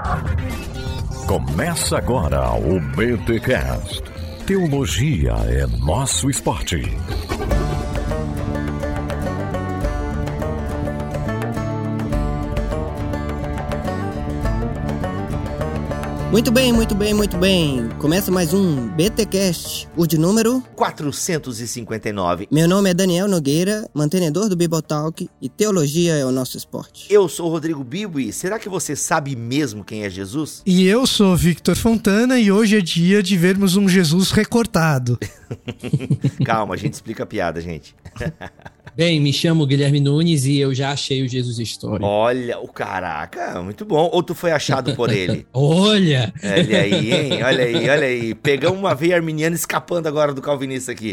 Começa agora o BTcast. Teologia é nosso esporte. Muito bem. Começa mais um BTcast, o de número 459. Meu nome é Daniel Nogueira, mantenedor do Bibotalk, e teologia é o nosso esporte. Eu sou o Rodrigo Bibo e será que você sabe mesmo quem é Jesus? E eu sou o Victor Fontana e hoje é dia de vermos um Jesus recortado. Calma, a gente explica a piada, gente. Bem, me chamo Guilherme Nunes e eu já achei o Jesus Story. Olha, o caraca, muito bom. Ou tu foi achado por ele? Olha! Olha aí, hein? Olha aí. Pegamos uma veia arminiana escapando agora do calvinista aqui.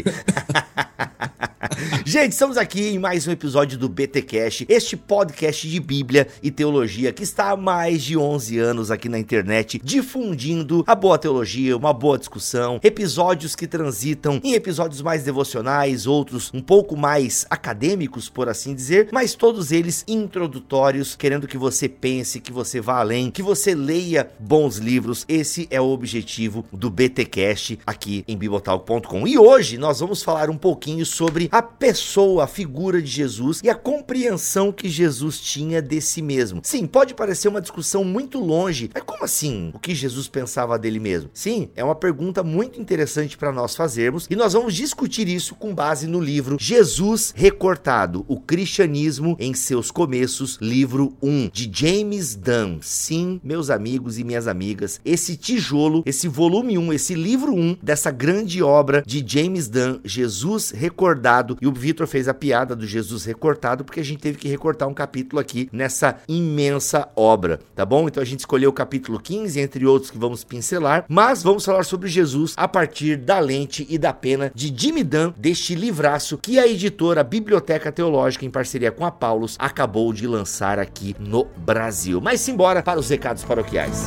Gente, estamos aqui em mais um episódio do BTcast, este podcast de Bíblia e teologia que está há mais de 11 anos aqui na internet, difundindo a boa teologia, uma boa discussão, episódios que transitam em episódios mais devocionais, outros um pouco mais acadêmicos, por assim dizer, mas todos eles introdutórios, querendo que você pense, que você vá além, que você leia bons livros. Esse é o objetivo do BTcast aqui em bibotalk.com. E hoje nós vamos falar um pouquinho sobre a pessoa, a figura de Jesus e a compreensão que Jesus tinha de si mesmo. Sim, pode parecer uma discussão muito longe, mas como assim? O que Jesus pensava dele mesmo? Sim, é uma pergunta muito interessante para nós fazermos e nós vamos discutir isso com base no livro Jesus Recortado, o Cristianismo em seus começos, livro 1, de James Dunn. Sim, meus amigos e minhas amigas, esse tijolo, esse volume 1, esse livro 1 dessa grande obra de James Dunn, Jesus Recordado. E o Vitor fez a piada do Jesus recortado porque a gente teve que recortar um capítulo aqui nessa imensa obra, tá bom? Então a gente escolheu o capítulo 15, entre outros que vamos pincelar, mas vamos falar sobre Jesus a partir da lente e da pena de Jimmy Dunn, deste livraço que a editora Biblioteca Teológica, em parceria com a Paulus, acabou de lançar aqui no Brasil. Mas simbora para os recados paroquiais.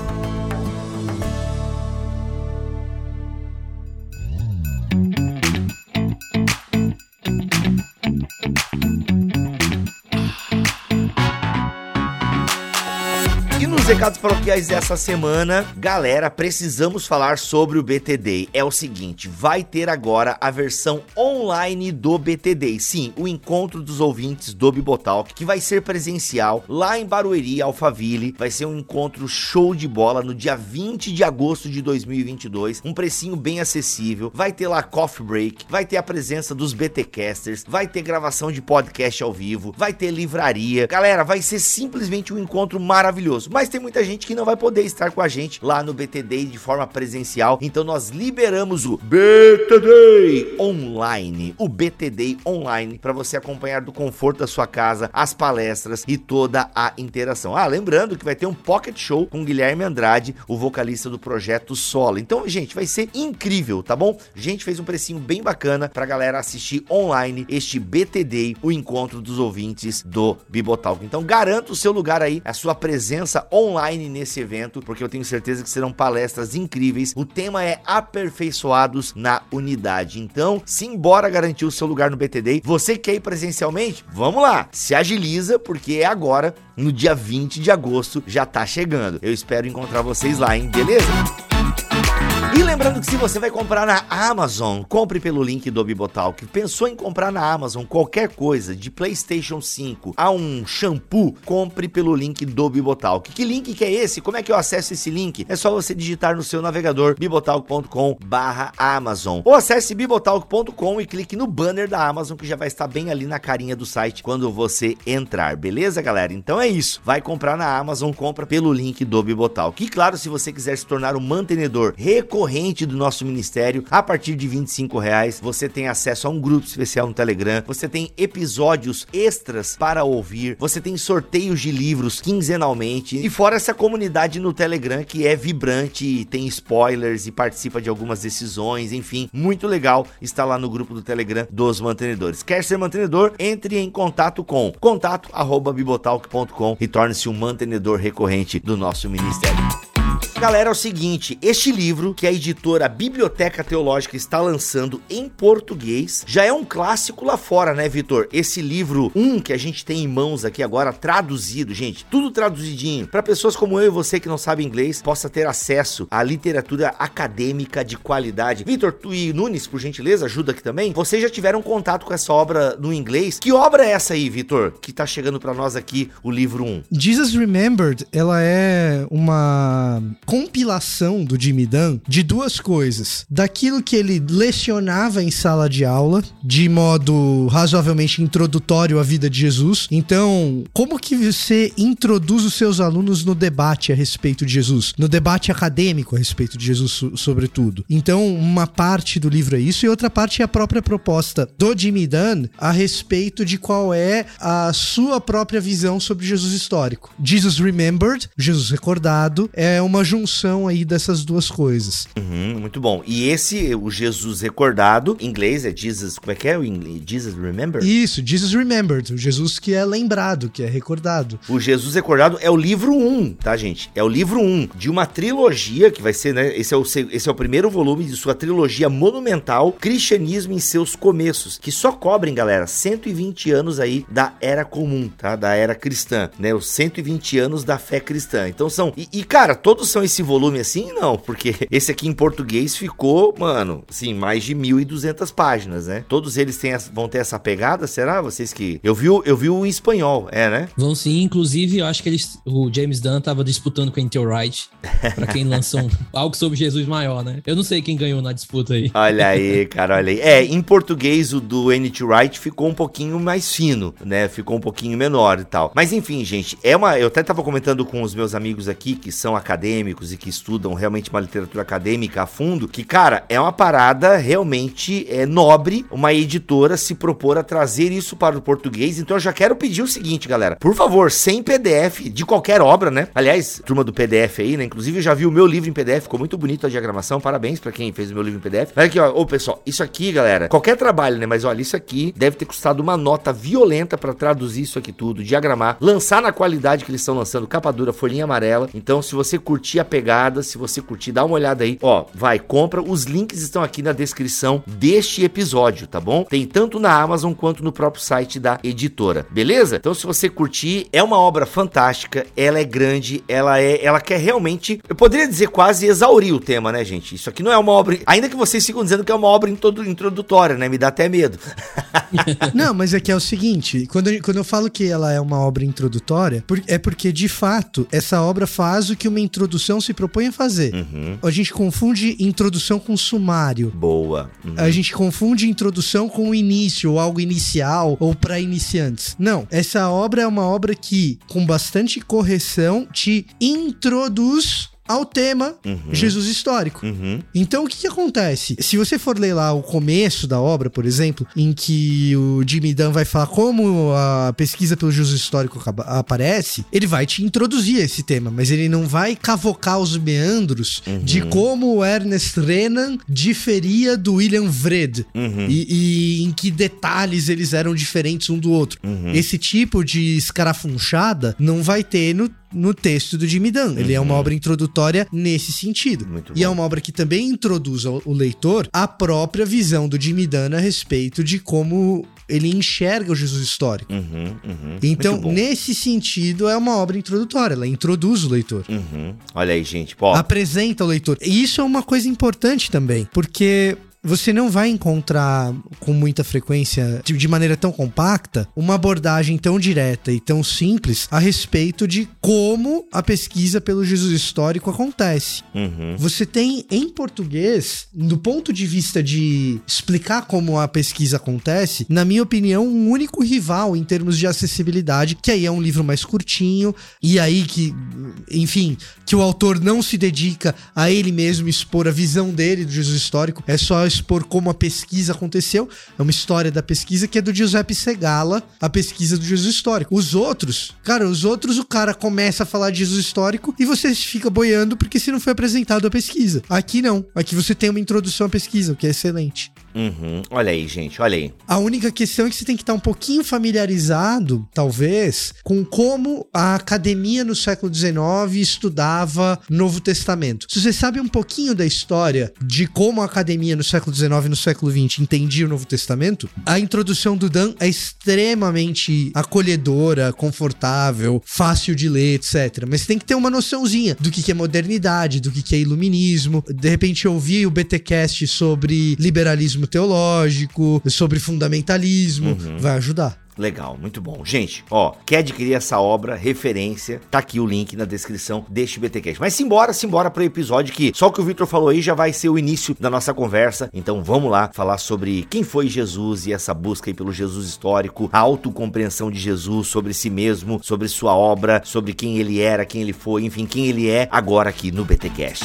Recados paroquiais dessa semana, galera, precisamos falar sobre o BT Day. É o seguinte, vai ter agora a versão online do BT Day. Sim, o encontro dos ouvintes do Bibotalk, que vai ser presencial lá em Barueri, Alphaville. Vai ser um encontro show de bola no dia 20 de agosto de 2022. Um precinho bem acessível. Vai ter lá coffee break, vai ter a presença dos BTcasters, vai ter gravação de podcast ao vivo, vai ter livraria. Galera, vai ser simplesmente um encontro maravilhoso. Mas tem muita gente que não vai poder estar com a gente lá no BT Day de forma presencial, então nós liberamos o BT Day Online, o BT Day Online, para você acompanhar do conforto da sua casa as palestras e toda a interação. Lembrando que vai ter um pocket show com Guilherme Andrade, o vocalista do Projeto Solo. Então, gente, vai ser incrível, tá bom? A gente fez um precinho bem bacana pra galera assistir online este BT Day, o encontro dos ouvintes do Bibotalk. Então, garanta o seu lugar aí, a sua presença online nesse evento, porque eu tenho certeza que serão palestras incríveis. O tema é Aperfeiçoados na Unidade. Então, simbora garantir o seu lugar no BT Day. Você quer ir presencialmente? Vamos lá! Se agiliza, porque é agora, no dia 20 de agosto, já tá chegando. Eu espero encontrar vocês lá, hein? Beleza? E lembrando que se você vai comprar na Amazon, compre pelo link do Bibotalk. Pensou em comprar na Amazon qualquer coisa, de PlayStation 5 a um shampoo, compre pelo link do Bibotalk. Que link que é esse? Como é que eu acesso esse link? É só você digitar no seu navegador bibotalk.com/Amazon ou acesse bibotalk.com e clique no banner da Amazon, que já vai estar bem ali na carinha do site quando você entrar, beleza, galera? Então é isso, vai comprar na Amazon, compra pelo link do Bibotalk. E claro, se você quiser se tornar um mantenedor recorrente do nosso ministério, a partir de R$25, você tem acesso a um grupo especial no Telegram, você tem episódios extras para ouvir, você tem sorteios de livros quinzenalmente, e fora essa comunidade no Telegram que é vibrante, tem spoilers e participa de algumas decisões, enfim, muito legal estar lá no grupo do Telegram dos mantenedores. Quer ser mantenedor? Entre em contato com contato@bibotalk.com e torne-se um mantenedor recorrente do nosso ministério. Galera, é o seguinte, este livro que a editora Biblioteca Teológica está lançando em português, já é um clássico lá fora, né, Vitor? Esse livro 1 que a gente tem em mãos aqui agora, traduzido, gente, tudo traduzidinho, para pessoas como eu e você que não sabe inglês, possa ter acesso à literatura acadêmica de qualidade. Vitor, tu e Nunes, por gentileza, ajuda aqui também. Vocês já tiveram contato com essa obra no inglês? Que obra é essa aí, Vitor, que tá chegando para nós aqui, o livro 1? Jesus Remembered, ela é uma compilação do Jimmy Dunn de duas coisas. Daquilo que ele lecionava em sala de aula, de modo razoavelmente introdutório à vida de Jesus. Então, como que você introduz os seus alunos no debate a respeito de Jesus? No debate acadêmico a respeito de Jesus, sobretudo. Então, uma parte do livro é isso, e outra parte é a própria proposta do Jimmy Dunn a respeito de qual é a sua própria visão sobre Jesus histórico. Jesus Remembered, Jesus recordado, é uma junção aí dessas duas coisas. Muito bom. E esse, o Jesus recordado, em inglês é Jesus, como é que é? Jesus Remembered? Isso, Jesus Remembered, o Jesus que é lembrado, que é recordado. O Jesus recordado é o livro 1, tá, gente? É o livro 1 de uma trilogia que vai ser, né? Esse é o primeiro volume de sua trilogia monumental, Cristianismo em seus começos, que só cobrem, galera, 120 anos aí da Era Comum, tá? Da Era Cristã, né? Os 120 anos da fé cristã. Então são... E cara, todos são esse volume assim? Não, porque esse aqui em português ficou, mano, assim, mais de 1.200 páginas, né? Todos eles vão ter essa pegada, será? Vocês que... Eu vi o em espanhol, né? Vão sim, inclusive eu acho que o James Dunn tava disputando com a N.T. Wright pra quem lançou algo sobre Jesus maior, né? Eu não sei quem ganhou na disputa aí. Olha aí, cara, olha aí. Em português o do N.T. Wright ficou um pouquinho mais fino, né? Ficou um pouquinho menor e tal. Mas enfim, gente, eu até tava comentando com os meus amigos aqui que são acadêmicos e que estudam realmente uma literatura acadêmica a fundo, que, cara, é uma parada realmente nobre uma editora se propor a trazer isso para o português. Então eu já quero pedir o seguinte, galera, por favor, sem PDF de qualquer obra, né? Aliás, turma do PDF aí, né? Inclusive eu já vi o meu livro em PDF, ficou muito bonito a diagramação, parabéns pra quem fez o meu livro em PDF. Olha aqui, ó, ô pessoal, isso aqui, galera, qualquer trabalho, né? Mas olha, isso aqui deve ter custado uma nota violenta pra traduzir isso aqui tudo, diagramar, lançar na qualidade que eles estão lançando, capa dura, folhinha amarela. Então, se você curtir a pegada, se você curtir, dá uma olhada aí, ó, vai, compra, os links estão aqui na descrição deste episódio, tá bom? Tem tanto na Amazon quanto no próprio site da editora, beleza? Então, se você curtir, é uma obra fantástica, ela é grande, ela quer realmente, eu poderia dizer quase exaurir o tema, né, gente? Isso aqui não é uma obra, ainda que vocês ficam dizendo que é uma obra introdutória, né? Me dá até medo. Não, mas é que é o seguinte, quando eu falo que ela é uma obra introdutória, é porque, de fato, essa obra faz o que uma introdução se propõe a fazer. A gente confunde introdução com sumário. Boa. A gente confunde introdução com início, ou algo inicial, ou para iniciantes. Não, essa obra é uma obra que, com bastante correção, te introduz ao tema Jesus histórico. Então, o que acontece? Se você for ler lá o começo da obra, por exemplo, em que o Jimmy Dunn vai falar como a pesquisa pelo Jesus histórico aparece, ele vai te introduzir esse tema, mas ele não vai cavocar os meandros de como o Ernest Renan diferia do William Wrede e em que detalhes eles eram diferentes um do outro. Esse tipo de escarafunchada não vai ter no texto do Jimmy Dunn. Ele é uma obra introdutória nesse sentido. E é uma obra que também introduz o leitor a própria visão do Jimmy Dunn a respeito de como ele enxerga o Jesus histórico. Então, nesse sentido, é uma obra introdutória. Ela introduz o leitor. Olha aí, gente. Pô. Apresenta o leitor. E isso é uma coisa importante também, porque você não vai encontrar com muita frequência, de maneira tão compacta, uma abordagem tão direta e tão simples a respeito de como a pesquisa pelo Jesus histórico acontece. Você tem, em português, do ponto de vista de explicar como a pesquisa acontece, na minha opinião, um único rival em termos de acessibilidade, que aí é um livro mais curtinho, e aí que, enfim, que o autor não se dedica a ele mesmo expor a visão dele do Jesus histórico, é só expor como a pesquisa aconteceu. É uma história da pesquisa que é do Giuseppe Segala, a pesquisa do Jesus histórico. Os outros, o cara começa a falar de Jesus histórico e você fica boiando porque se não foi apresentado a pesquisa. Aqui não. Aqui você tem uma introdução à pesquisa, o que é excelente. Olha aí, gente, olha aí. A única questão é que você tem que estar um pouquinho familiarizado, talvez, com como a academia no século XIX estudava Novo Testamento. Se você sabe um pouquinho da história de como a academia no século XIX e no século XX entendia o Novo Testamento, a introdução do Dan é extremamente acolhedora, confortável, fácil de ler, etc. Mas você tem que ter uma noçãozinha do que é modernidade, do que é iluminismo. De repente ouvir o BTcast sobre liberalismo teológico, sobre fundamentalismo, vai ajudar. Legal, muito bom. Gente, ó, quer adquirir essa obra, referência, tá aqui o link na descrição deste BTcast. Mas simbora pro episódio que só o que o Victor falou aí já vai ser o início da nossa conversa. Então vamos lá falar sobre quem foi Jesus e essa busca aí pelo Jesus histórico, a autocompreensão de Jesus sobre si mesmo, sobre sua obra, sobre quem ele era, quem ele foi, enfim, quem ele é agora aqui no BTcast.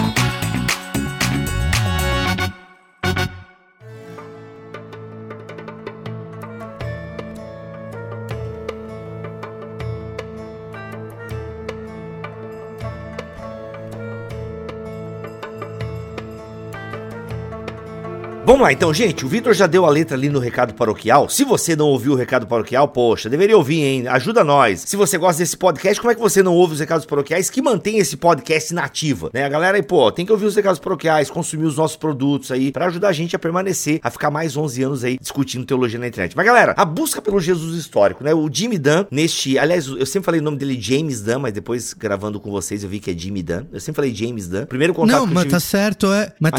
Vamos lá então, gente, o Victor já deu a letra ali no recado paroquial. Se você não ouviu o recado paroquial, poxa, deveria ouvir, hein? Ajuda nós. Se você gosta desse podcast, como é que você não ouve os recados paroquiais que mantém esse podcast na ativa, né? A galera aí, pô, tem que ouvir os recados paroquiais, consumir os nossos produtos aí, pra ajudar a gente a permanecer, a ficar mais 11 anos aí discutindo teologia na internet. Mas galera, a busca pelo Jesus histórico, né? O Jimmy Dunn, aliás, eu sempre falei o nome dele James Dunn, mas depois gravando com vocês eu vi que é Jimmy Dunn. Eu sempre falei James Dunn. Primeiro contato Não, mas tá certo,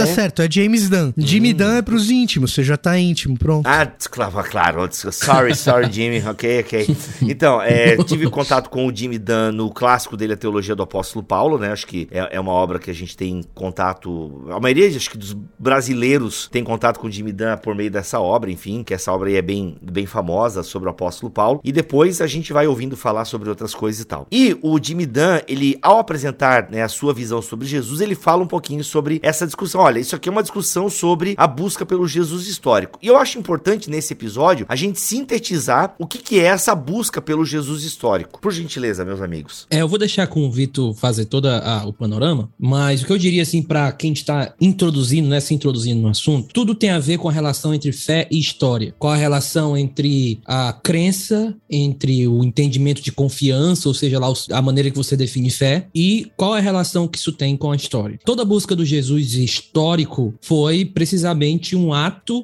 é James Dunn. Jimmy Dunn é pros íntimos, você já tá íntimo, pronto. Claro. Sorry, Jimmy, ok. Então, tive contato com o Jimmy Dunn no clássico dele, A Teologia do Apóstolo Paulo, né? Acho que é uma obra que a gente tem contato, a maioria, acho que dos brasileiros tem contato com o Jimmy Dunn por meio dessa obra, enfim, que essa obra aí é bem famosa sobre o Apóstolo Paulo, e depois a gente vai ouvindo falar sobre outras coisas e tal. E o Jimmy Dunn, ele, ao apresentar, né, a sua visão sobre Jesus, ele fala um pouquinho sobre essa discussão. Olha, isso aqui é uma discussão sobre a busca pelo Jesus histórico. E eu acho importante nesse episódio a gente sintetizar o que é essa busca pelo Jesus histórico. Por gentileza, meus amigos. Eu vou deixar com o Vitor fazer todo o panorama, mas o que eu diria assim para quem está introduzindo, né, se introduzindo no assunto, tudo tem a ver com a relação entre fé e história. Qual a relação entre a crença, entre o entendimento de confiança, ou seja, lá a maneira que você define fé, e qual é a relação que isso tem com a história. Toda a busca do Jesus histórico foi precisamente um ato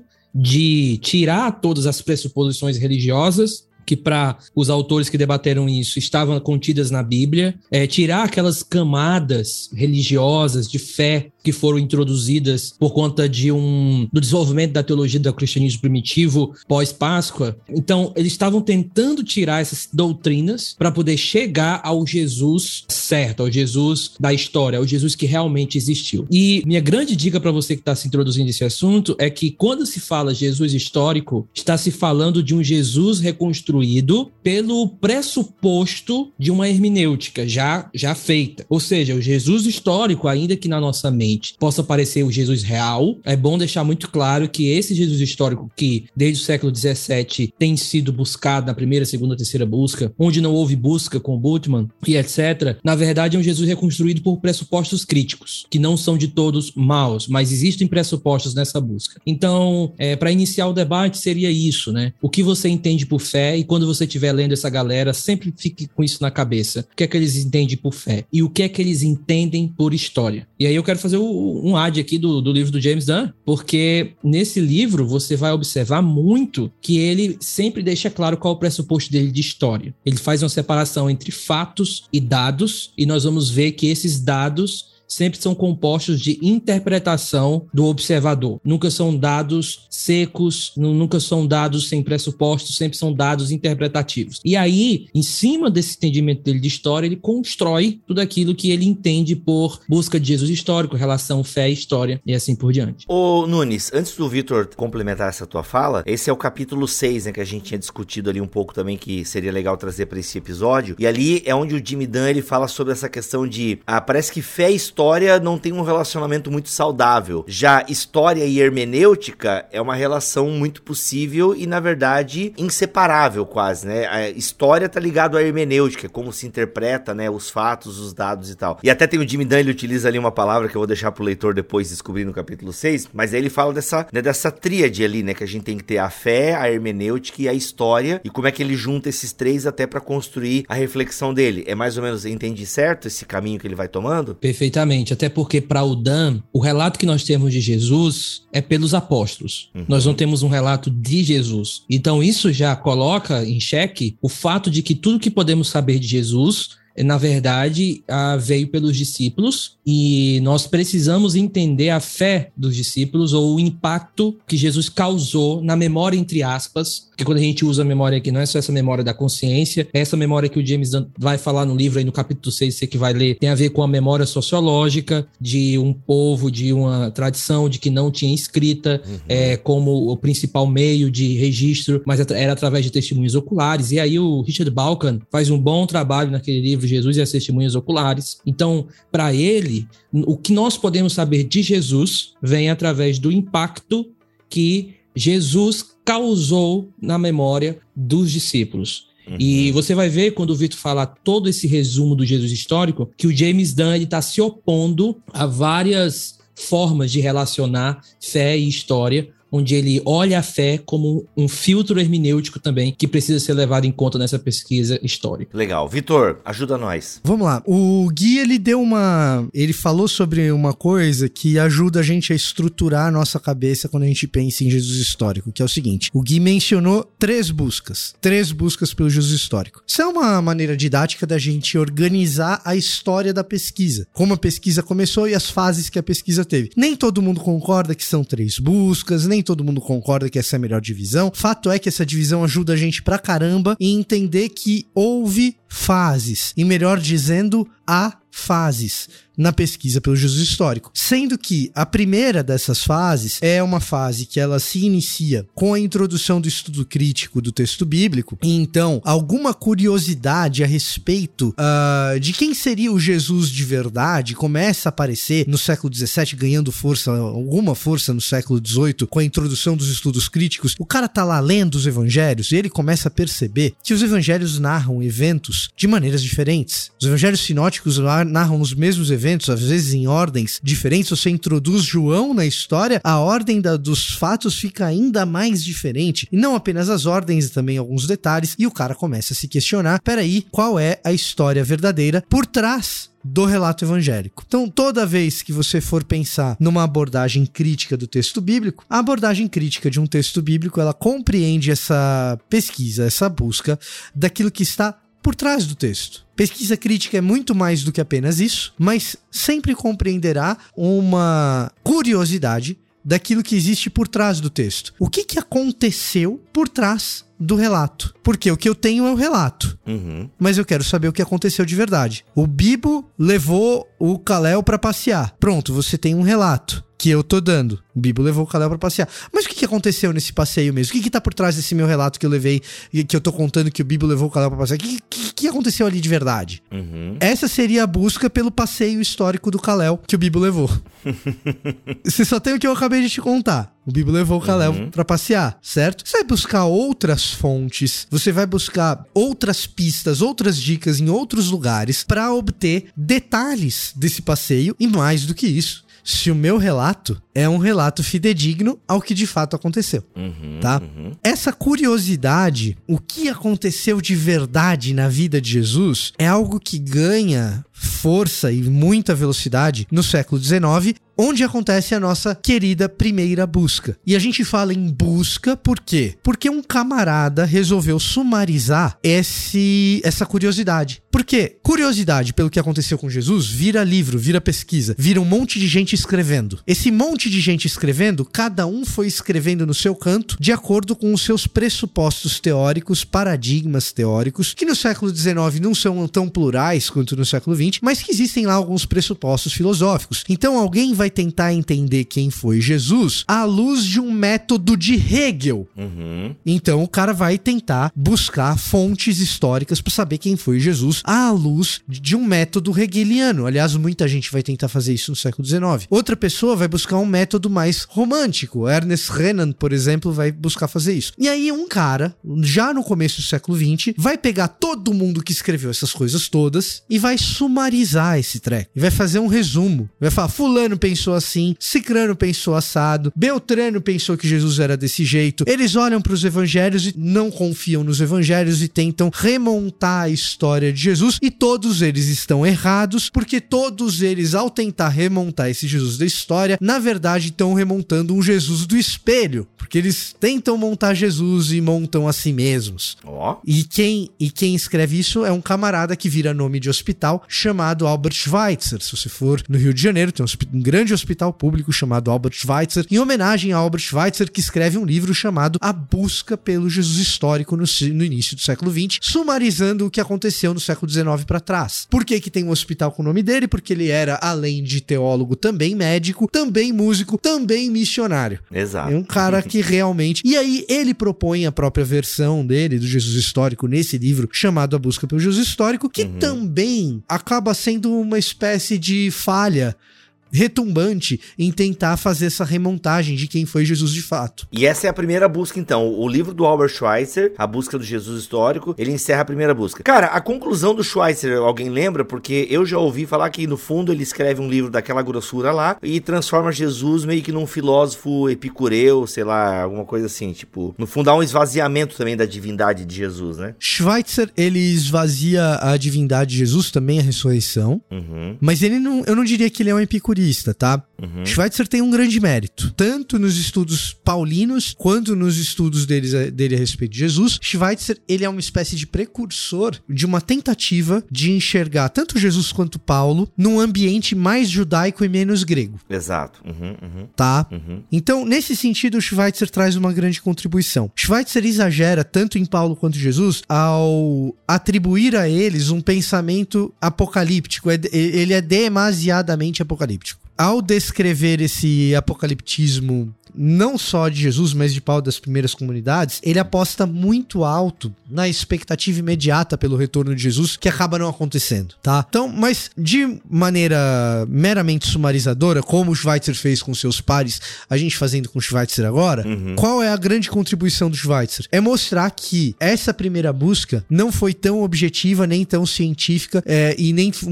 de tirar todas as pressuposições religiosas que, para os autores que debateram isso, estavam contidas na Bíblia, tirar aquelas camadas religiosas de fé que foram introduzidas por conta do desenvolvimento da teologia do cristianismo primitivo pós-Páscoa. Então, eles estavam tentando tirar essas doutrinas para poder chegar ao Jesus certo, ao Jesus da história, ao Jesus que realmente existiu. E minha grande dica para você que está se introduzindo nesse assunto é que quando se fala Jesus histórico, está se falando de um Jesus reconstruído pelo pressuposto de uma hermenêutica já feita. Ou seja, o Jesus histórico, ainda que na nossa mente possa parecer o Jesus real, é bom deixar muito claro que esse Jesus histórico que desde o século XVII tem sido buscado na primeira, segunda, terceira busca, onde não houve busca com Bultmann e etc., na verdade é um Jesus reconstruído por pressupostos críticos, que não são de todos maus, mas existem pressupostos nessa busca. Então, para iniciar o debate seria isso, né? O que você entende por fé, e quando você estiver lendo essa galera, sempre fique com isso na cabeça. O que é que eles entendem por fé? E o que é que eles entendem por história? E aí eu quero fazer um ad aqui do livro do James Dunn, porque nesse livro você vai observar muito que ele sempre deixa claro qual é o pressuposto dele de história. Ele faz uma separação entre fatos e dados, e nós vamos ver que esses dados sempre são compostos de interpretação do observador. Nunca são dados secos, nunca são dados sem pressupostos, sempre são dados interpretativos. E aí, em cima desse entendimento dele de história, ele constrói tudo aquilo que ele entende por busca de Jesus histórico, relação fé e história, e assim por diante. Ô Nunes, antes do Victor complementar essa tua fala, esse é o capítulo 6, né, que a gente tinha discutido ali um pouco também, que seria legal trazer para esse episódio, e ali é onde o Jimmy Dunn ele fala sobre essa questão de, parece que fé e história não tem um relacionamento muito saudável. Já história e hermenêutica é uma relação muito possível e, na verdade, inseparável quase, né? A história tá ligado à hermenêutica, como se interpreta, né, os fatos, os dados e tal. E até tem o Jimmy Dunn, ele utiliza ali uma palavra que eu vou deixar pro leitor depois descobrir no capítulo 6, mas aí ele fala dessa tríade ali, né, que a gente tem que ter a fé, a hermenêutica e a história, e como é que ele junta esses três até pra construir a reflexão dele. É mais ou menos, entendi certo esse caminho que ele vai tomando? Perfeitamente, até porque para o Dan, o relato que nós temos de Jesus é pelos apóstolos. Nós não temos um relato de Jesus. Então isso já coloca em xeque o fato de que tudo que podemos saber de Jesus, na verdade, veio pelos discípulos, e nós precisamos entender a fé dos discípulos ou o impacto que Jesus causou na memória, entre aspas, porque quando a gente usa a memória aqui, não é só essa memória da consciência, é essa memória que o James Dunn vai falar no livro, aí no capítulo 6, você que vai ler, tem a ver com a memória sociológica de um povo, de uma tradição de que não tinha escrita como o principal meio de registro, mas era através de testemunhos oculares. E aí o Richard Balkan faz um bom trabalho naquele livro Jesus e as Testemunhas Oculares. Então, para ele, o que nós podemos saber de Jesus vem através do impacto que Jesus causou na memória dos discípulos. E você vai ver, quando o Vitor falar todo esse resumo do Jesus histórico, que o James Dunn está se opondo a várias formas de relacionar fé e história, onde ele olha a fé como um filtro hermenêutico também, que precisa ser levado em conta nessa pesquisa histórica. Legal. Vitor, ajuda nós. Vamos lá. O Gui, ele falou sobre uma coisa que ajuda a gente a estruturar a nossa cabeça quando a gente pensa em Jesus histórico, que é o seguinte: o Gui mencionou 3 buscas pelo Jesus histórico. Isso é uma maneira didática da gente organizar a história da pesquisa, como a pesquisa começou e as fases que a pesquisa teve. Nem todo mundo concorda que são 3 buscas, nem todo mundo concorda que essa é a melhor divisão. Fato é que essa divisão ajuda a gente pra caramba em entender que houve fases, e melhor dizendo, há fases na pesquisa pelo Jesus histórico, sendo que a primeira dessas fases é uma fase que ela se inicia com a introdução do estudo crítico do texto bíblico, e então alguma curiosidade a respeito de quem seria o Jesus de verdade começa a aparecer no século XVII, ganhando alguma força no século XVIII, com a introdução dos estudos críticos. O cara tá lá lendo os evangelhos e ele começa a perceber que os evangelhos narram eventos de maneiras diferentes. Os evangelhos sinóticos narram os mesmos eventos, às vezes em ordens diferentes. Você introduz João na história, a ordem dos fatos fica ainda mais diferente. E não apenas as ordens, também alguns detalhes. E o cara começa a se questionar, peraí, qual é a história verdadeira por trás do relato evangélico? Então, toda vez que você for pensar numa abordagem crítica do texto bíblico, a abordagem crítica de um texto bíblico, ela compreende essa pesquisa, essa busca daquilo que está por trás do texto. Pesquisa crítica é muito mais do que apenas isso, mas sempre compreenderá uma curiosidade daquilo que existe por trás do texto. O que aconteceu por trás do relato? Porque o que eu tenho é o relato, mas eu quero saber o que aconteceu de verdade. O Bibo levou o Kalel pra passear. Pronto, você tem um relato que eu tô dando. O Bibo levou o Kalel pra passear. Mas o que aconteceu nesse passeio mesmo? O que tá por trás desse meu relato que eu levei, que eu tô contando que o Bibo levou o Kalel pra passear? O que aconteceu ali de verdade? Essa seria a busca pelo passeio histórico do Kalel que o Bibo levou. Você só tem o que eu acabei de te contar. O Bibo levou o Kalel pra passear, certo? Você vai buscar outras fontes, você vai buscar outras pistas, outras dicas em outros lugares pra obter detalhes desse passeio, e mais do que isso, se o meu relato é um relato fidedigno ao que de fato aconteceu, tá? Essa curiosidade, o que aconteceu de verdade na vida de Jesus, é algo que ganha força e muita velocidade no século XIX, onde acontece a nossa querida primeira busca. E a gente fala em busca por quê? Porque um camarada resolveu sumarizar essa curiosidade. Por quê? Curiosidade pelo que aconteceu com Jesus vira livro, vira pesquisa, vira um monte de gente escrevendo. Esse monte de gente escrevendo, cada um foi escrevendo no seu canto, de acordo com os seus pressupostos teóricos, paradigmas teóricos, que no século XIX não são tão plurais quanto no século XX, mas que existem lá alguns pressupostos filosóficos. Então alguém vai tentar entender quem foi Jesus à luz de um método de Hegel. Então o cara vai tentar buscar fontes históricas para saber quem foi Jesus à luz de um método hegeliano. Aliás, muita gente vai tentar fazer isso no século XIX. Outra pessoa vai buscar um método mais romântico. Ernest Renan, por exemplo, vai buscar fazer isso. E aí um cara, já no começo do século XX, vai pegar todo mundo que escreveu essas coisas todas e vai sumarizar esse treco. E vai fazer um resumo. Vai falar, fulano pensou assim, cicrano pensou assado, Beltrano pensou que Jesus era desse jeito. Eles olham para os evangelhos e não confiam nos evangelhos e tentam remontar a história de Jesus, e todos eles estão errados, porque todos eles, ao tentar remontar esse Jesus da história, na verdade estão remontando um Jesus do espelho, porque eles tentam montar Jesus e montam a si mesmos. E quem escreve isso é um camarada que vira nome de hospital chamado Albert Schweitzer. Se você for no Rio de Janeiro, tem um grande hospital público chamado Albert Schweitzer, em homenagem a Albert Schweitzer, que escreve um livro chamado A Busca pelo Jesus Histórico no início do século XX, sumarizando o que aconteceu no século XIX para trás. Por que tem um hospital com o nome dele? Porque ele era, além de teólogo, também médico, também músico, também missionário. Exato. É um cara que realmente... E aí ele propõe a própria versão dele, do Jesus Histórico, nesse livro chamado A Busca pelo Jesus Histórico, que também acaba sendo uma espécie de falha retumbante em tentar fazer essa remontagem de quem foi Jesus de fato. E essa é a primeira busca, então. O livro do Albert Schweitzer, A Busca do Jesus Histórico, ele encerra a primeira busca. Cara, a conclusão do Schweitzer, alguém lembra? Porque eu já ouvi falar que, no fundo, ele escreve um livro daquela grossura lá e transforma Jesus meio que num filósofo epicureu, sei lá, alguma coisa assim, tipo... No fundo, há um esvaziamento também da divindade de Jesus, né? Schweitzer, ele esvazia a divindade de Jesus, também a ressurreição, mas ele não, eu não diria que ele é um epicurista, tá? Schweitzer tem um grande mérito, tanto nos estudos paulinos quanto nos estudos dele a respeito de Jesus. Schweitzer, ele é uma espécie de precursor de uma tentativa de enxergar tanto Jesus quanto Paulo num ambiente mais judaico e menos grego. Exato. Tá? Então, nesse sentido, o Schweitzer traz uma grande contribuição. Schweitzer exagera tanto em Paulo quanto em Jesus ao atribuir a eles um pensamento apocalíptico. Ele é demasiadamente apocalíptico. Ao descrever esse apocaliptismo não só de Jesus, mas de Paulo das primeiras comunidades, ele aposta muito alto na expectativa imediata pelo retorno de Jesus, que acaba não acontecendo, tá? Então, mas de maneira meramente sumarizadora, como o Schweitzer fez com seus pares, a gente fazendo com o Schweitzer agora, qual é a grande contribuição do Schweitzer? É mostrar que essa primeira busca não foi tão objetiva, nem tão científica, e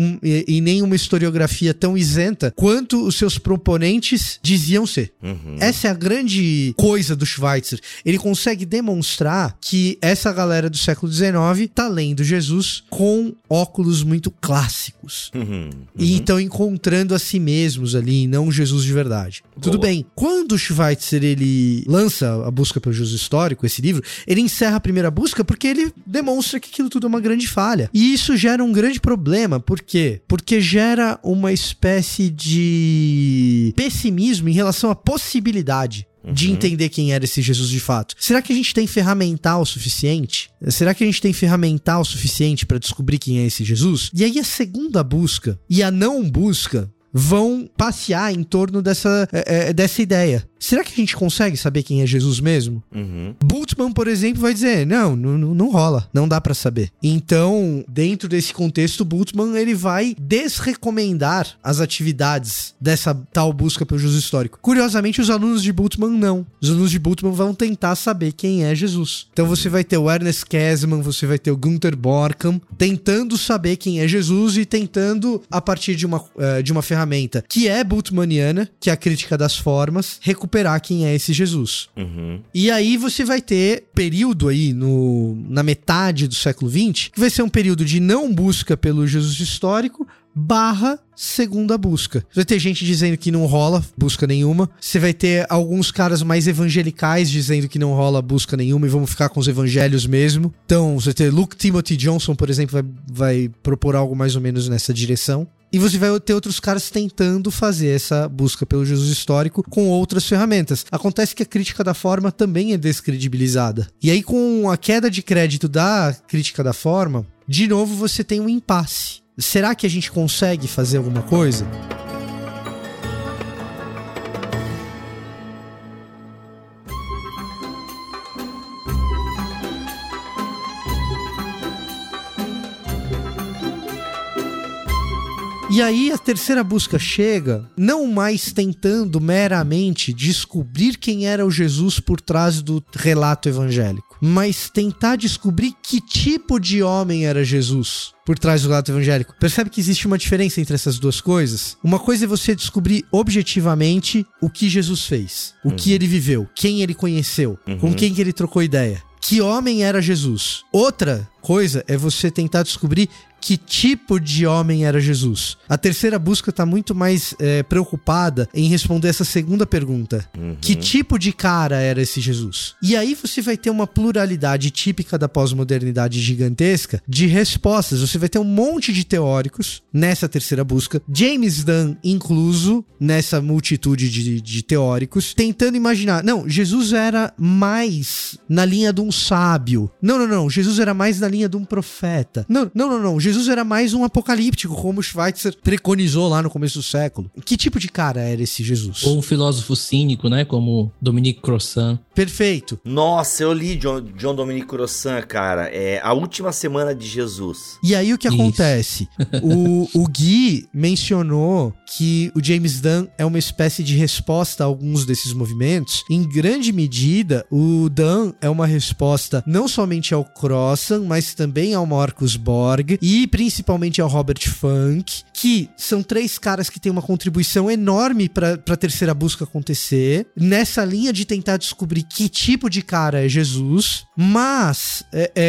nem uma historiografia tão isenta quanto os seus proponentes diziam ser. Essa é a grande coisa do Schweitzer. Ele consegue demonstrar que essa galera do século XIX tá lendo Jesus com óculos muito clássicos. E então encontrando a si mesmos ali, não Jesus de verdade. Tudo bem. Quando o Schweitzer, ele lança A Busca pelo Jesus Histórico, esse livro, ele encerra a primeira busca porque ele demonstra que aquilo tudo é uma grande falha. E isso gera um grande problema. Por quê? Porque gera uma espécie de pessimismo em relação à possibilidade de entender quem era esse Jesus de fato. Será que a gente tem ferramental suficiente? Será que a gente tem ferramental suficiente para descobrir quem é esse Jesus? E aí a segunda busca e a não busca vão passear em torno dessa ideia. Será que a gente consegue saber quem é Jesus mesmo? Bultmann, por exemplo, vai dizer, não rola, não dá pra saber. Então, dentro desse contexto, Bultmann, ele vai desrecomendar as atividades dessa tal busca pelo Jesus histórico. Curiosamente, os alunos de Bultmann não. Os alunos de Bultmann vão tentar saber quem é Jesus. Então você vai ter o Ernest Käsemann, você vai ter o Günther Borkham, tentando saber quem é Jesus e tentando, a partir de uma ferramenta que é bultmanniana, que é a crítica das formas, recuperar quem é esse Jesus. E aí você vai ter período aí na metade do século XX, que vai ser um período de não busca pelo Jesus histórico / segunda busca. Você vai ter gente dizendo que não rola busca nenhuma. Você vai ter alguns caras mais evangelicais dizendo que não rola busca nenhuma e vamos ficar com os evangelhos mesmo. Então, você vai ter Luke Timothy Johnson, por exemplo, vai propor algo mais ou menos nessa direção. E você vai ter outros caras tentando fazer essa busca pelo Jesus histórico com outras ferramentas. Acontece que a crítica da forma também é descredibilizada. E aí, com a queda de crédito da crítica da forma, de novo você tem um impasse. Será que a gente consegue fazer alguma coisa? E aí a terceira busca chega, não mais tentando meramente descobrir quem era o Jesus por trás do relato evangélico, mas tentar descobrir que tipo de homem era Jesus por trás do relato evangélico. Percebe que existe uma diferença entre essas duas coisas? Uma coisa é você descobrir objetivamente o que Jesus fez, o que ele viveu, quem ele conheceu, com quem que ele trocou ideia. Que homem era Jesus? Outra coisa é você tentar descobrir que tipo de homem era Jesus. A terceira busca está muito mais preocupada em responder essa segunda pergunta. Que tipo de cara era esse Jesus? E aí você vai ter uma pluralidade típica da pós-modernidade gigantesca de respostas. Você vai ter um monte de teóricos nessa terceira busca, James Dunn incluso nessa multitude de teóricos, tentando imaginar, não, Jesus era mais na linha de um sábio. Não, Jesus era mais na linha de um profeta. Não, Jesus era mais um apocalíptico, como Schweitzer preconizou lá no começo do século. Que tipo de cara era esse Jesus? Ou um filósofo cínico, né? Como Dominique Crossan. Perfeito. Nossa, eu li John Dominique Crossan, cara. É A Última Semana de Jesus. E aí o que acontece? O Gui mencionou que o James Dunn é uma espécie de resposta a alguns desses movimentos. Em grande medida, o Dunn é uma resposta não somente ao Crossan, mas também ao Marcus Borg e principalmente ao Robert Funk, que são três caras que têm uma contribuição enorme para a terceira busca acontecer, nessa linha de tentar descobrir que tipo de cara é Jesus, mas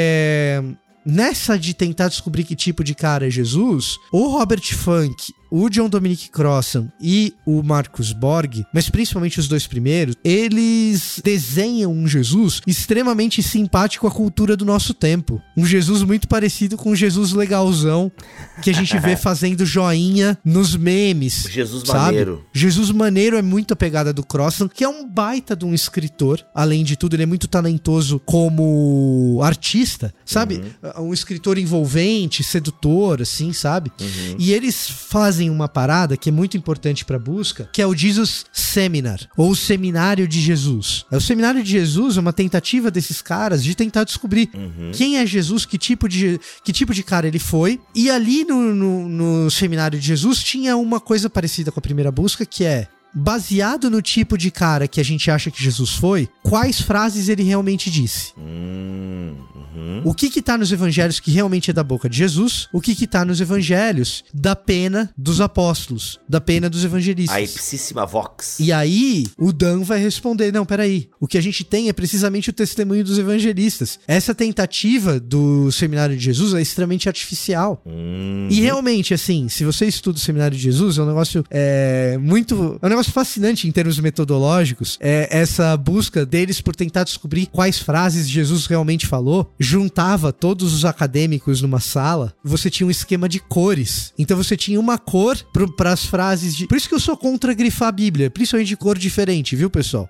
nessa de tentar descobrir que tipo de cara é Jesus, o Robert Funk, o John Dominique Crossan e o Marcus Borg, mas principalmente os dois primeiros, eles desenham um Jesus extremamente simpático à cultura do nosso tempo. Um Jesus muito parecido com o Jesus legalzão que a gente vê fazendo joinha nos memes. Jesus sabe? maneiro. Jesus maneiro é muito a pegada do Crossan, que é um baita de um escritor. Além de tudo, ele é muito talentoso como artista, sabe? Um escritor envolvente, sedutor, assim, sabe? E eles fazem uma parada que é muito importante para a busca, que é o Jesus Seminar, ou o Seminário de Jesus. O Seminário de Jesus é uma tentativa desses caras de tentar descobrir quem é Jesus, que tipo de cara ele foi. E ali no Seminário de Jesus tinha uma coisa parecida com a primeira busca, que é, baseado no tipo de cara que a gente acha que Jesus foi, quais frases ele realmente disse. O que tá nos evangelhos que realmente é da boca de Jesus, o que tá nos evangelhos da pena dos apóstolos, da pena dos evangelistas. A ipsíssima vox. E aí, o Dan vai responder, não, peraí, o que a gente tem é precisamente o testemunho dos evangelistas. Essa tentativa do Seminário de Jesus é extremamente artificial. E realmente, assim, se você estuda o Seminário de Jesus, é um negócio muito... É um negócio fascinante em termos metodológicos, essa busca deles por tentar descobrir quais frases Jesus realmente falou. Juntava todos os acadêmicos numa sala, você tinha um esquema de cores. Então você tinha uma cor para as frases de... Por isso que eu sou contra grifar a Bíblia, principalmente de cor diferente, viu, pessoal?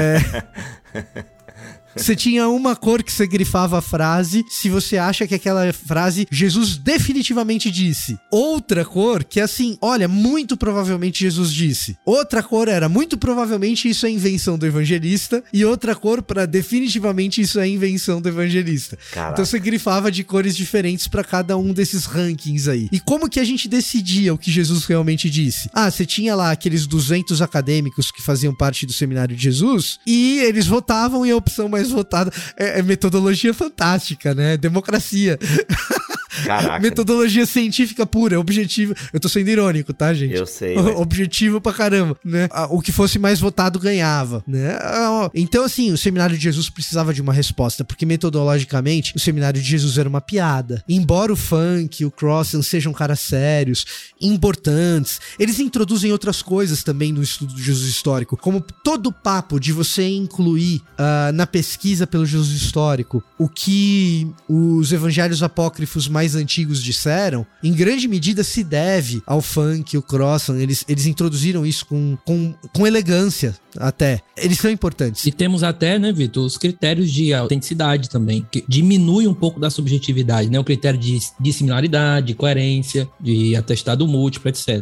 Você tinha uma cor que você grifava a frase se você acha que aquela frase Jesus definitivamente disse. Outra cor que é assim, olha, muito provavelmente Jesus disse. Outra cor era, muito provavelmente isso é invenção do evangelista. E outra cor para definitivamente isso é invenção do evangelista. Caraca. Então você grifava de cores diferentes para cada um desses rankings aí. E como que a gente decidia o que Jesus realmente disse? Você tinha lá aqueles 200 acadêmicos que faziam parte do Seminário de Jesus e eles votavam e a opção mais votada é metodologia fantástica, né? Democracia. Caraca. Metodologia científica pura, objetivo. Eu tô sendo irônico, tá, gente? Eu sei. Mas... Objetivo pra caramba, né? O que fosse mais votado ganhava, né? Então, assim, o Seminário de Jesus precisava de uma resposta, porque metodologicamente o Seminário de Jesus era uma piada. Embora o Funk e o Crossan sejam caras sérios, importantes, eles introduzem outras coisas também no estudo do Jesus histórico, como todo o papo de você incluir na pesquisa pelo Jesus histórico o que os evangelhos apócrifos mais antigos disseram, em grande medida se deve ao Funk, o Crossan. Eles introduziram isso com elegância até. Eles são importantes. E temos até, né, Vitor, os critérios de autenticidade também, que diminui um pouco da subjetividade, né? O critério de similaridade, de coerência, de atestado múltiplo, etc.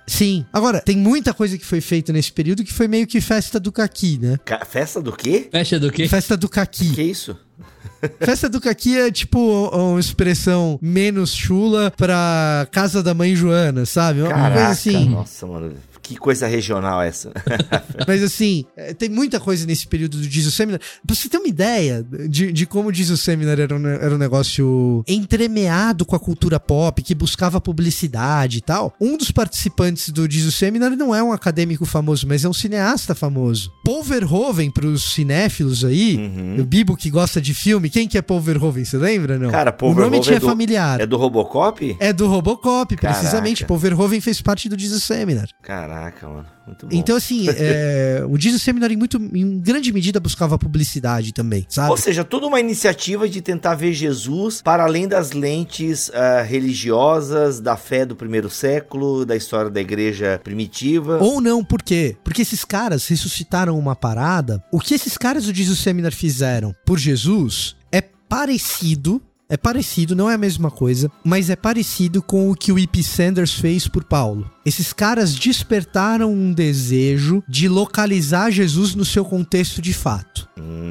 Sim. Agora, tem muita coisa que foi feita nesse período que foi meio que festa do caqui, né? Festa do quê? Festa do quê? Festa do caqui. Que isso? Festa do caqui é tipo uma expressão menos chula pra casa da mãe Joana, sabe? Uma Caraca, coisa assim. Nossa, mano. Que coisa regional essa. Mas assim, tem muita coisa nesse período do Jesus Seminar. Pra você ter uma ideia de como o Jesus Seminar era um negócio entremeado com a cultura pop, que buscava publicidade e tal. Um dos participantes do Jesus Seminar não é um acadêmico famoso, mas é um cineasta famoso. Paul Verhoeven, pros cinéfilos aí, o Bibo que gosta de filme, quem que é Paul Verhoeven? Você lembra, não? Cara, Paul o nome Verhoeven é familiar. É do Robocop? É do Robocop, precisamente. Caraca. Paul Verhoeven fez parte do Jesus Seminar. Caraca, mano. Muito bom. Então, assim, o Jesus Seminar em grande medida buscava publicidade também, sabe? Ou seja, toda uma iniciativa de tentar ver Jesus para além das lentes religiosas, da fé do primeiro século, da história da igreja primitiva. Ou não, por quê? Porque esses caras ressuscitaram uma parada. O que esses caras do Jesus Seminar fizeram por Jesus é parecido, não é a mesma coisa, mas é parecido com o que o E.P. Sanders fez por Paulo. Esses caras despertaram um desejo de localizar Jesus no seu contexto de fato.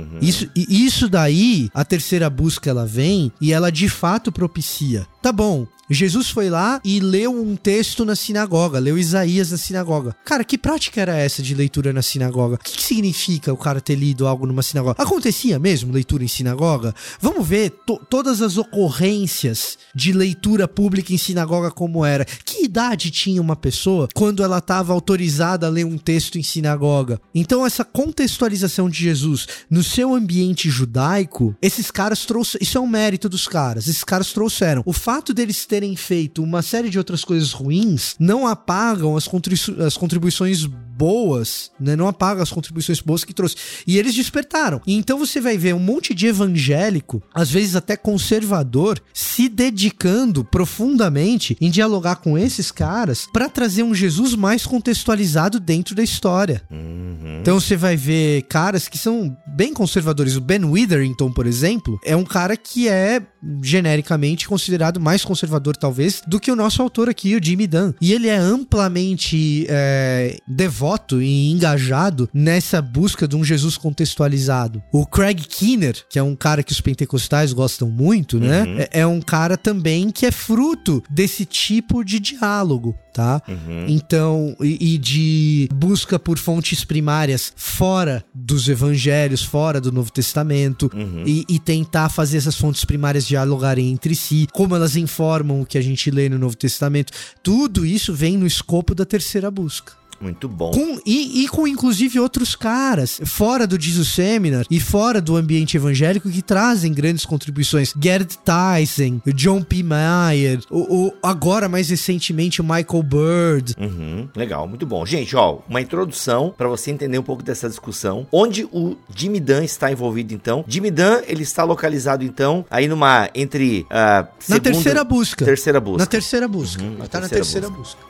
Isso daí, a terceira busca ela vem e ela de fato propicia. Tá bom, Jesus foi lá e leu um texto na sinagoga, leu Isaías na sinagoga. Cara, que prática era essa de leitura na sinagoga? O que significa o cara ter lido algo numa sinagoga? Acontecia mesmo leitura em sinagoga? Vamos ver todas as ocorrências de leitura pública em sinagoga como era. Que idade tinha uma pessoa quando ela estava autorizada a ler um texto em sinagoga? Então essa contextualização de Jesus no seu ambiente judaico, esses caras trouxeram, isso é um mérito dos caras, esses caras trouxeram. O fato deles terem feito uma série de outras coisas ruins não apagam as contribuições boas, né? Não apagam as contribuições boas que trouxe. E eles despertaram. E então você vai ver um monte de evangélico, às vezes até conservador, se dedicando profundamente em dialogar com esses caras para trazer um Jesus mais contextualizado dentro da história. Então você vai ver caras que são bem conservadores. O Ben Witherington, por exemplo, é um cara que é genericamente considerado mais conservador, talvez, do que o nosso autor aqui, o Jimmy Dunn. E ele é amplamente devoto e engajado nessa busca de um Jesus contextualizado. O Craig Keener, que é um cara que os pentecostais gostam muito, né? É um cara também que é fruto desse tipo de diálogo, tá? Então, e de busca por fontes primárias fora dos evangelhos, fora do Novo Testamento, e tentar fazer essas fontes primárias dialogarem entre si, como elas informam o que a gente lê no Novo Testamento. Tudo isso vem no escopo da terceira busca. Muito bom. Com inclusive outros caras fora do Jesus Seminar e fora do ambiente evangélico que trazem grandes contribuições. Gerd Tyson, John P. Mayer, agora mais recentemente o Michael Bird. Legal, muito bom. Gente, ó, uma introdução para você entender um pouco dessa discussão. Onde o Jimmy Dunn está envolvido, então. Jimmy Dunn, ele está localizado, então, aí entre na terceira busca. Terceira busca. Na terceira busca. Tá na terceira busca.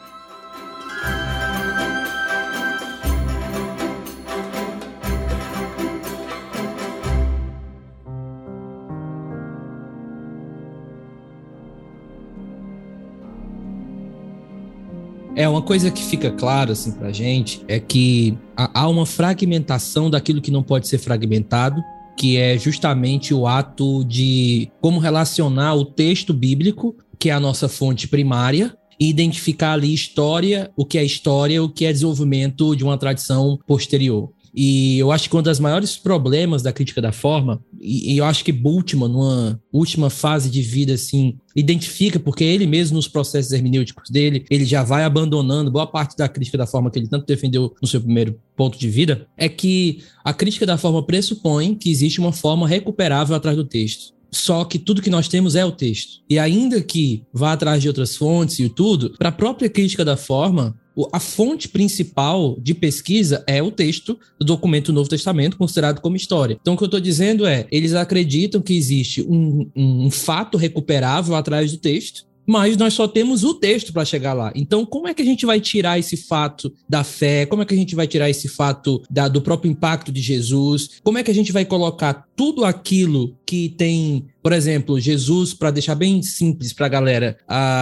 Uma coisa que fica claro assim pra gente é que há uma fragmentação daquilo que não pode ser fragmentado, que é justamente o ato de como relacionar o texto bíblico, que é a nossa fonte primária, e identificar ali o que é desenvolvimento de uma tradição posterior. E eu acho que um dos maiores problemas da crítica da forma, e eu acho que Bultmann, numa última fase de vida, assim, identifica, porque ele mesmo nos processos hermenêuticos dele, ele já vai abandonando boa parte da crítica da forma que ele tanto defendeu no seu primeiro ponto de vida, é que a crítica da forma pressupõe que existe uma forma recuperável atrás do texto. Só que tudo que nós temos é o texto. E ainda que vá atrás de outras fontes e tudo, para a própria crítica da forma, a fonte principal de pesquisa é o texto do documento do Novo Testamento, considerado como história. Então, o que eu estou dizendo é, eles acreditam que existe um fato recuperável atrás do texto, mas nós só temos o texto para chegar lá. Então, como é que a gente vai tirar esse fato da fé? Como é que a gente vai tirar esse fato do próprio impacto de Jesus? Como é que a gente vai colocar tudo aquilo que tem, por exemplo, Jesus, para deixar bem simples para a galera,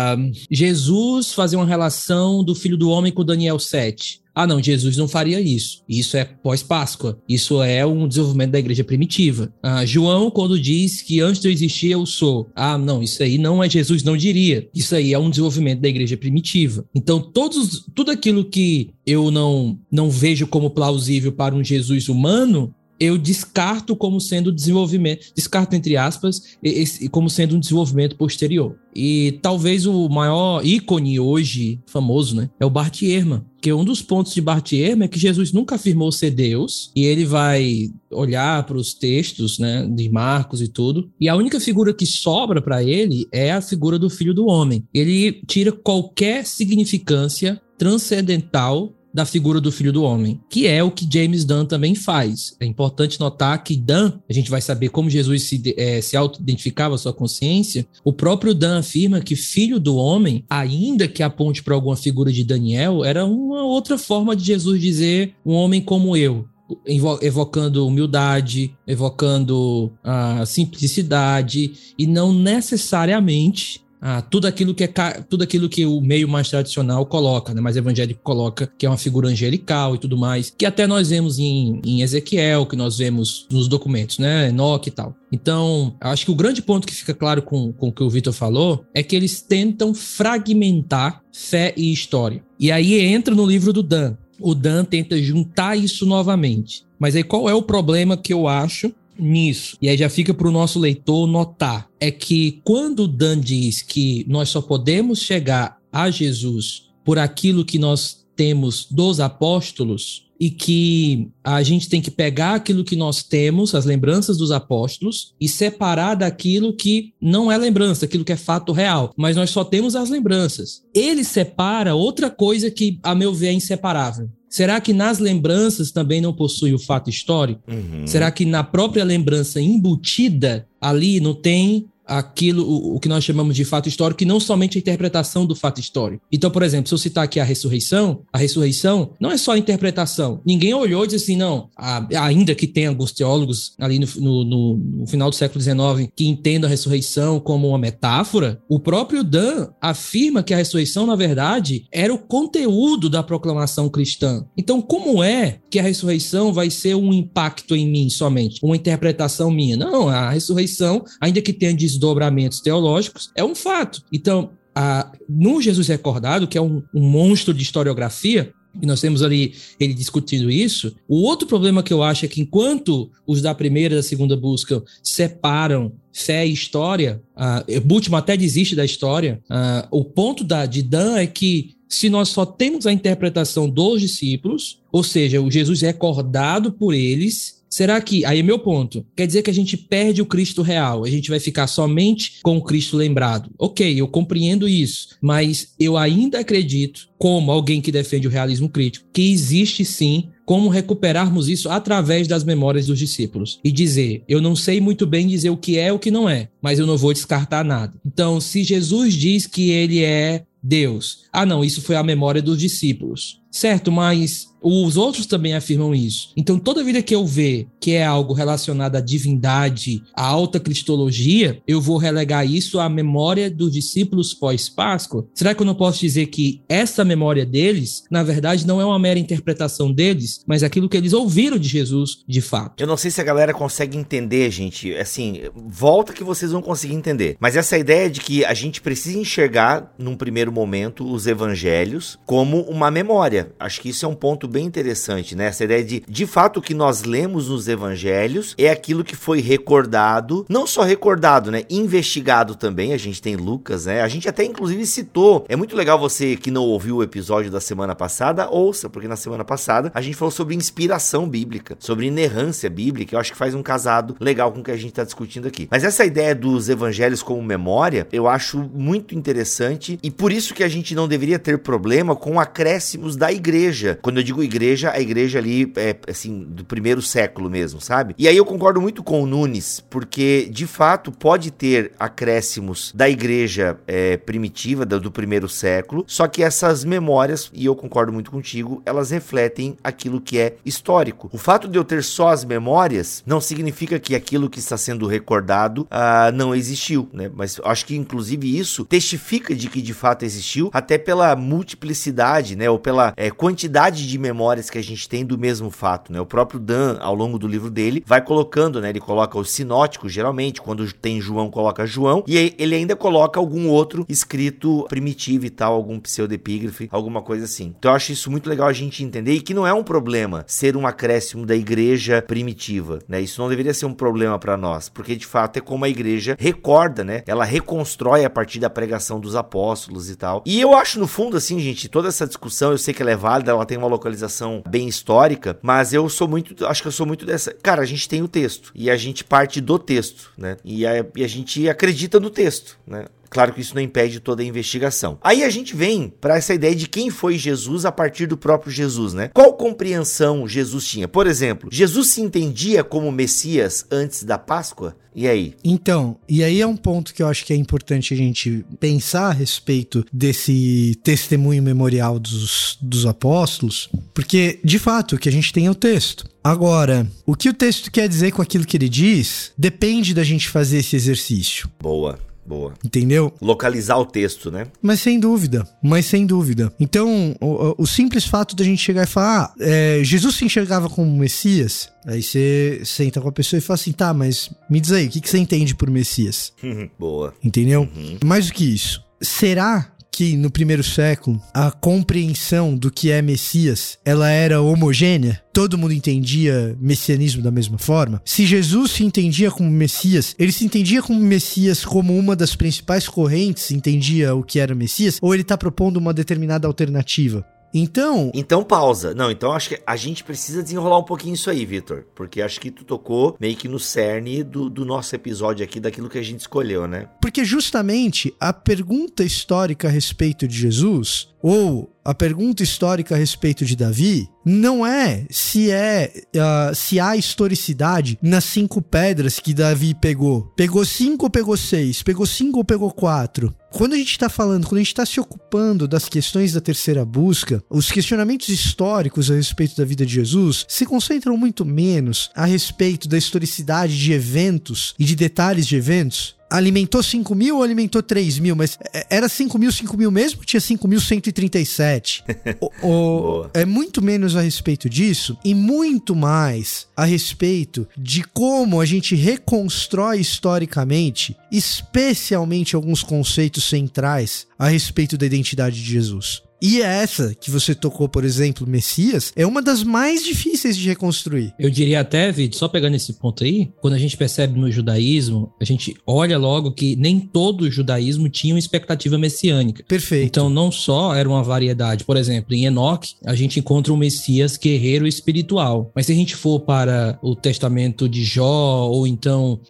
Jesus fazer uma relação do Filho do Homem com Daniel 7. Não, Jesus não faria isso. Isso é pós-Páscoa. Isso é um desenvolvimento da igreja primitiva. João, quando diz que antes de eu existir, eu sou. Não, isso aí não é Jesus, não diria. Isso aí é um desenvolvimento da igreja primitiva. Então, tudo aquilo que eu não vejo como plausível para um Jesus humano, eu descarto como sendo desenvolvimento, descarto entre aspas, como sendo um desenvolvimento posterior. E talvez o maior ícone hoje, famoso, né, é o Bart Ehrman. Porque um dos pontos de Bart Ehrman é que Jesus nunca afirmou ser Deus, e ele vai olhar para os textos, né, de Marcos e tudo, e a única figura que sobra para ele é a figura do Filho do Homem. Ele tira qualquer significância transcendental da figura do Filho do Homem, que é o que James Dunn também faz. É importante notar que Dunn, a gente vai saber como Jesus se auto-identificava a sua consciência, o próprio Dunn afirma que Filho do Homem, ainda que aponte para alguma figura de Daniel, era uma outra forma de Jesus dizer um homem como eu, evocando humildade, evocando a simplicidade, e não necessariamente tudo aquilo que o meio mais tradicional coloca, né, mais evangélico coloca, que é uma figura angelical e tudo mais, que até nós vemos em Ezequiel, que nós vemos nos documentos, né, Enoque e tal. Então, acho que o grande ponto que fica claro com o que o Vitor falou é que eles tentam fragmentar fé e história. E aí entra no livro do Dunn. O Dunn tenta juntar isso novamente. Mas aí qual é o problema que eu acho nisso? E aí já fica para o nosso leitor notar. É que quando o Dunn diz que nós só podemos chegar a Jesus por aquilo que nós temos dos apóstolos, e que a gente tem que pegar aquilo que nós temos, as lembranças dos apóstolos, e separar daquilo que não é lembrança, aquilo que é fato real. Mas nós só temos as lembranças. Ele separa outra coisa que, a meu ver, é inseparável. Será que nas lembranças também não possui o fato histórico? Será que na própria lembrança embutida ali não tem aquilo, o que nós chamamos de fato histórico, que não somente a interpretação do fato histórico? Então, por exemplo, se eu citar aqui a ressurreição não é só a interpretação. Ninguém olhou e disse assim, não, ainda que tenha alguns teólogos ali no final do século XIX que entendam a ressurreição como uma metáfora, o próprio Dunn afirma que a ressurreição, na verdade, era o conteúdo da proclamação cristã. Então, como é que a ressurreição vai ser um impacto em mim somente? Uma interpretação minha? Não, a ressurreição, ainda que tenha desdobramentos teológicos, é um fato. Então, no Jesus Recordado, que é um monstro de historiografia, e nós temos ali ele discutindo isso, o outro problema que eu acho é que enquanto os da primeira e da segunda busca separam fé e história, Bultmann até desiste da história, o ponto de Dunn é que se nós só temos a interpretação dos discípulos, ou seja, o Jesus recordado por eles, será que, aí é meu ponto, quer dizer que a gente perde o Cristo real, a gente vai ficar somente com o Cristo lembrado? Ok, eu compreendo isso, mas eu ainda acredito, como alguém que defende o realismo crítico, que existe sim como recuperarmos isso através das memórias dos discípulos e dizer, eu não sei muito bem dizer o que é e o que não é, mas eu não vou descartar nada. Então, se Jesus diz que ele é Deus, não, isso foi a memória dos discípulos, certo? Mas os outros também afirmam isso. Então, toda vida que eu ver que é algo relacionado à divindade, à alta cristologia, eu vou relegar isso à memória dos discípulos pós-Páscoa? Será que eu não posso dizer que essa memória deles, na verdade, não é uma mera interpretação deles, mas aquilo que eles ouviram de Jesus de fato? Eu não sei se a galera consegue entender, gente. Assim, volta que vocês vão conseguir entender. Mas essa ideia de que a gente precisa enxergar, num primeiro momento, os evangelhos como uma memória. Acho que isso é um ponto bem interessante, né? Essa ideia de fato, o que nós lemos nos evangelhos é aquilo que foi recordado, não só recordado, né? Investigado também, a gente tem Lucas, né? A gente até inclusive citou, é muito legal você que não ouviu o episódio da semana passada, ouça, porque na semana passada a gente falou sobre inspiração bíblica, sobre inerrância bíblica, eu acho que faz um casado legal com o que a gente está discutindo aqui. Mas essa ideia dos evangelhos como memória, eu acho muito interessante, e por isso que a gente não deveria ter problema com acréscimos da igreja. Quando eu digo digo igreja, a igreja ali, assim, do primeiro século mesmo, sabe? E aí eu concordo muito com o Nunes, porque, de fato, pode ter acréscimos da igreja primitiva, do primeiro século, só que essas memórias, e eu concordo muito contigo, elas refletem aquilo que é histórico. O fato de eu ter só as memórias não significa que aquilo que está sendo recordado não existiu, né? Mas acho que, inclusive, isso testifica de que, de fato, existiu, até pela multiplicidade, né? Ou pela quantidade de memórias que a gente tem do mesmo fato, né? O próprio Dan, ao longo do livro dele, vai colocando, né? Ele coloca os sinóticos, geralmente, quando tem João, coloca João, e ele ainda coloca algum outro escrito primitivo e tal, algum pseudepígrafe, alguma coisa assim. Então eu acho isso muito legal a gente entender, e que não é um problema ser um acréscimo da igreja primitiva, né? Isso não deveria ser um problema para nós, porque de fato é como a igreja recorda, né? Ela reconstrói a partir da pregação dos apóstolos e tal. E eu acho, no fundo, assim, gente, toda essa discussão, eu sei que ela é válida, ela tem uma localização bem histórica, mas acho que eu sou muito dessa. Cara, a gente tem o texto, e a gente parte do texto, né? E a gente acredita no texto, né? Claro que isso não impede toda a investigação. Aí a gente vem para essa ideia de quem foi Jesus a partir do próprio Jesus, né? Qual compreensão Jesus tinha? Por exemplo, Jesus se entendia como Messias antes da Páscoa? E aí? Então, e aí é um ponto que eu acho que é importante a gente pensar a respeito desse testemunho memorial dos apóstolos, porque, de fato, o que a gente tem é o texto. Agora, o que o texto quer dizer com aquilo que ele diz, depende da gente fazer esse exercício. Boa. Entendeu? Localizar o texto, né? Mas sem dúvida. Então, o simples fato da gente chegar e falar, Jesus se enxergava como Messias, aí você senta com a pessoa e fala assim, tá, mas me diz aí, o que você entende por Messias? Boa. Entendeu? Mais do que isso, será que no primeiro século a compreensão do que é Messias, ela era homogênea? Todo mundo entendia messianismo da mesma forma? Se Jesus se entendia como Messias, ele se entendia como Messias como uma das principais correntes, entendia o que era Messias, ou ele está propondo uma determinada alternativa? Então pausa. Não, então acho que a gente precisa desenrolar um pouquinho isso aí, Vitor, porque acho que tu tocou meio que no cerne do nosso episódio aqui, daquilo que a gente escolheu, né? Porque justamente a pergunta histórica a respeito de Jesus, ou a pergunta histórica a respeito de Davi, não é se há historicidade nas 5 pedras que Davi pegou. Pegou 5 ou pegou 6? Pegou 5 ou pegou 4? Quando a gente está se ocupando das questões da terceira busca, os questionamentos históricos a respeito da vida de Jesus se concentram muito menos a respeito da historicidade de eventos e de detalhes de eventos. Alimentou 5.000 ou alimentou 3.000? Mas era 5.000 mesmo ou tinha 5.137? É muito menos a respeito disso e muito mais a respeito de como a gente reconstrói historicamente, especialmente alguns conceitos centrais a respeito da identidade de Jesus. E essa que você tocou, por exemplo, Messias, é uma das mais difíceis de reconstruir. Eu diria até, Vitor, só pegando esse ponto aí, quando a gente percebe no judaísmo, a gente olha logo que nem todo o judaísmo tinha uma expectativa messiânica. Perfeito. Então não só era uma variedade, por exemplo, em Enoque, a gente encontra um Messias guerreiro espiritual. Mas se a gente for para o testamento de Jó, ou então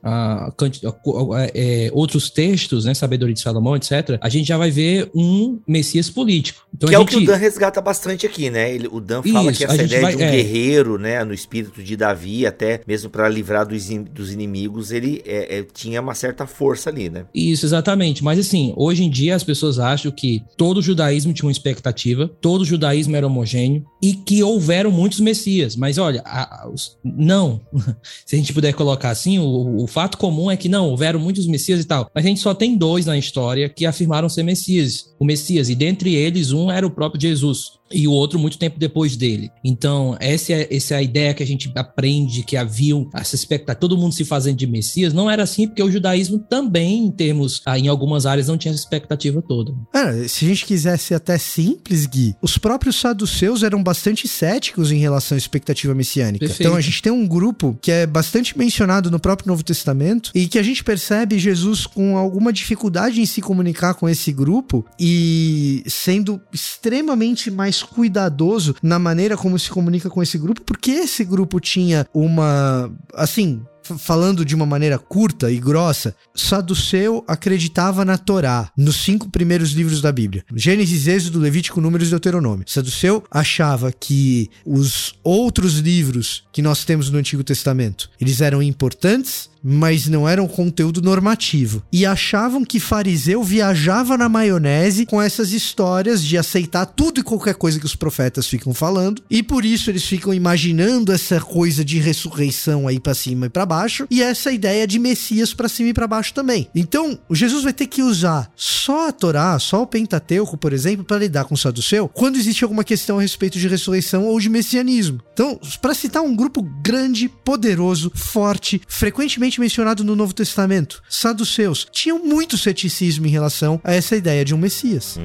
outros textos, né, Sabedoria de Salomão, etc., a gente já vai ver um Messias político. Então, que é o que o Dan resgata bastante aqui, né? O Dan fala que essa ideia de um guerreiro, né, no espírito de Davi, até mesmo para livrar dos inimigos, ele tinha uma certa força ali, né? Isso, exatamente. Mas assim, hoje em dia as pessoas acham que todo o judaísmo tinha uma expectativa, todo o judaísmo era homogêneo e que houveram muitos messias. Mas olha, não. Se a gente puder colocar assim, o fato comum é que não, houveram muitos messias e tal. Mas a gente só tem 2 na história que afirmaram ser messias. O Messias, e dentre eles, um era o próprio Jesus. E o outro muito tempo depois dele. Então, essa é a ideia que a gente aprende, que havia essa expectativa, todo mundo se fazendo de Messias. Não era assim, porque o judaísmo também, em algumas áreas, não tinha essa expectativa toda. Se a gente quisesse até simples, Gui, os próprios saduceus eram bastante céticos em relação à expectativa messiânica. Perfeito. Então, a gente tem um grupo que é bastante mencionado no próprio Novo Testamento e que a gente percebe Jesus com alguma dificuldade em se comunicar com esse grupo e sendo extremamente mais cuidadoso na maneira como se comunica com esse grupo, porque esse grupo tinha uma, assim, falando de uma maneira curta e grossa, saduceu acreditava na Torá, nos 5 primeiros livros da Bíblia. Gênesis, Êxodo, Levítico, Números e Deuteronômio. Saduceu achava que os outros livros que nós temos no Antigo Testamento, eles eram importantes, mas não eram conteúdo normativo. E achavam que fariseu viajava na maionese com essas histórias de aceitar tudo e qualquer coisa que os profetas ficam falando. E por isso eles ficam imaginando essa coisa de ressurreição aí pra cima e pra baixo. E essa ideia de Messias pra cima e pra baixo também. Então, Jesus vai ter que usar só a Torá, só o Pentateuco, por exemplo, para lidar com o saduceu, quando existe alguma questão a respeito de ressurreição ou de messianismo. Então, para citar um grupo grande, poderoso, forte, frequentemente mencionado no Novo Testamento, saduceus tinham muito ceticismo em relação a essa ideia de um Messias.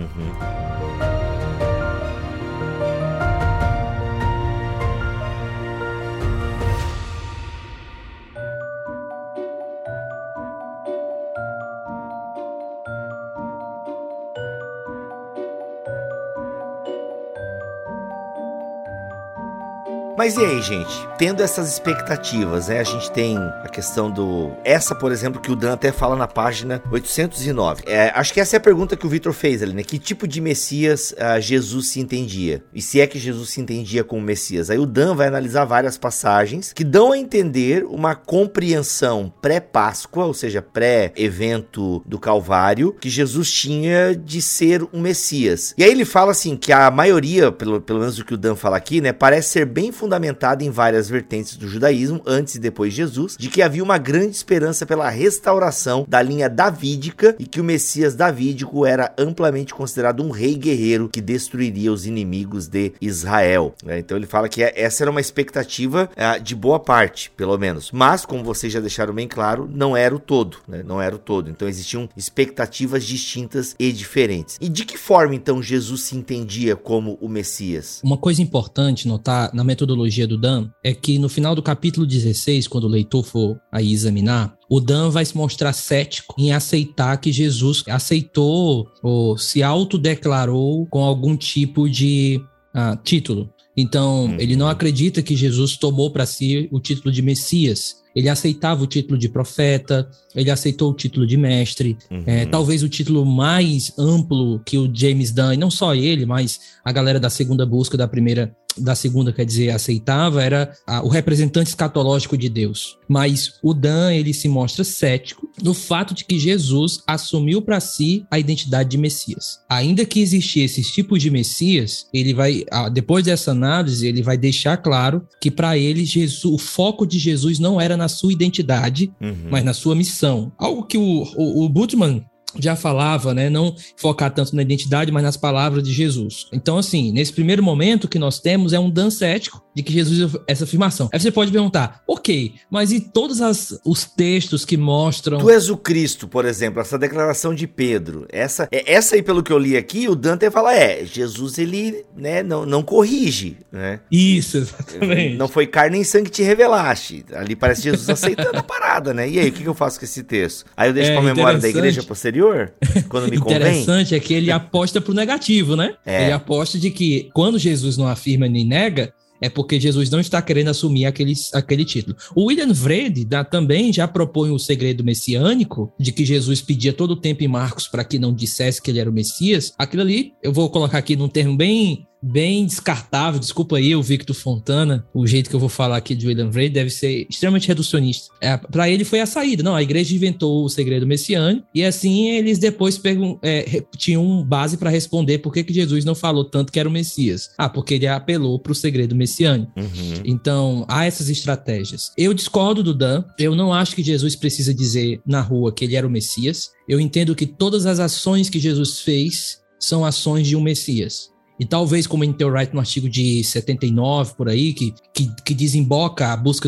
Mas e aí, gente? Tendo essas expectativas, né? A gente tem a questão do... Essa, por exemplo, que o Dan até fala na página 809. Acho que essa é a pergunta que o Victor fez ali, né? Que tipo de Messias Jesus se entendia? E se é que Jesus se entendia como Messias? Aí o Dan vai analisar várias passagens que dão a entender uma compreensão pré-Páscoa, ou seja, pré-evento do Calvário, que Jesus tinha de ser um Messias. E aí ele fala assim, que a maioria, pelo menos o que o Dan fala aqui, né? Parece ser bem fundamentada em várias vertentes do judaísmo, antes e depois de Jesus, de que havia uma grande esperança pela restauração da linha davídica e que o Messias davídico era amplamente considerado um rei guerreiro que destruiria os inimigos de Israel. Então ele fala que essa era uma expectativa de boa parte, pelo menos. Mas, como vocês já deixaram bem claro, não era o todo, né? Não era o todo. Então existiam expectativas distintas e diferentes. E de que forma, então, Jesus se entendia como o Messias? Uma coisa importante notar na metodologia do Dan é que no final do capítulo 16, quando o leitor for aí examinar, o Dan vai se mostrar cético em aceitar que Jesus aceitou ou se autodeclarou com algum tipo de título. Então, ele não acredita que Jesus tomou para si o título de Messias. Ele aceitava o título de profeta, ele aceitou o título de mestre, talvez o título mais amplo que o James Dunn, e não só ele, mas a galera da segunda busca, da segunda, quer dizer, aceitava, era o representante escatológico de Deus. Mas o Dan, ele se mostra cético no fato de que Jesus assumiu para si a identidade de Messias. Ainda que existissem esses tipos de Messias, ele vai, depois dessa análise, ele vai deixar claro que para ele, o foco de Jesus não era na sua identidade, mas na sua missão. Algo que o Bultmann já falava, né? Não focar tanto na identidade, mas nas palavras de Jesus. Então, assim, nesse primeiro momento que nós temos é um Dan cético de que Jesus essa afirmação. Aí você pode perguntar, ok, mas e todos os textos que mostram... Tu és o Cristo, por exemplo, essa declaração de Pedro, essa aí, pelo que eu li aqui, o Dan até fala, Jesus, ele, né, não corrige, né? Isso, exatamente. Não foi carne nem sangue que te revelaste. Ali parece Jesus aceitando a parada, né? E aí, o que eu faço com esse texto? Aí eu deixo pra memória da igreja posterior? Quando me convém? Interessante é que ele aposta pro negativo, né? Ele aposta de que quando Jesus não afirma nem nega, é porque Jesus não está querendo assumir aquele título. O William Vrede também já propõe o segredo messiânico, de que Jesus pedia todo o tempo em Marcos para que não dissesse que ele era o Messias. Aquilo ali, eu vou colocar aqui num termo bem descartável, desculpa aí o Victor Fontana, o jeito que eu vou falar aqui de William Vrede deve ser extremamente reducionista. Para ele foi a saída, não, a igreja inventou o segredo messiânico e assim eles depois tinham base para responder por que Jesus não falou tanto que era o Messias. Porque ele apelou para o segredo messiânico. Então, há essas estratégias. Eu discordo do Dan, eu não acho que Jesus precisa dizer na rua que ele era o Messias. Eu entendo que todas as ações que Jesus fez são ações de um Messias. E talvez, como em Wright no artigo de 79, por aí, que desemboca a busca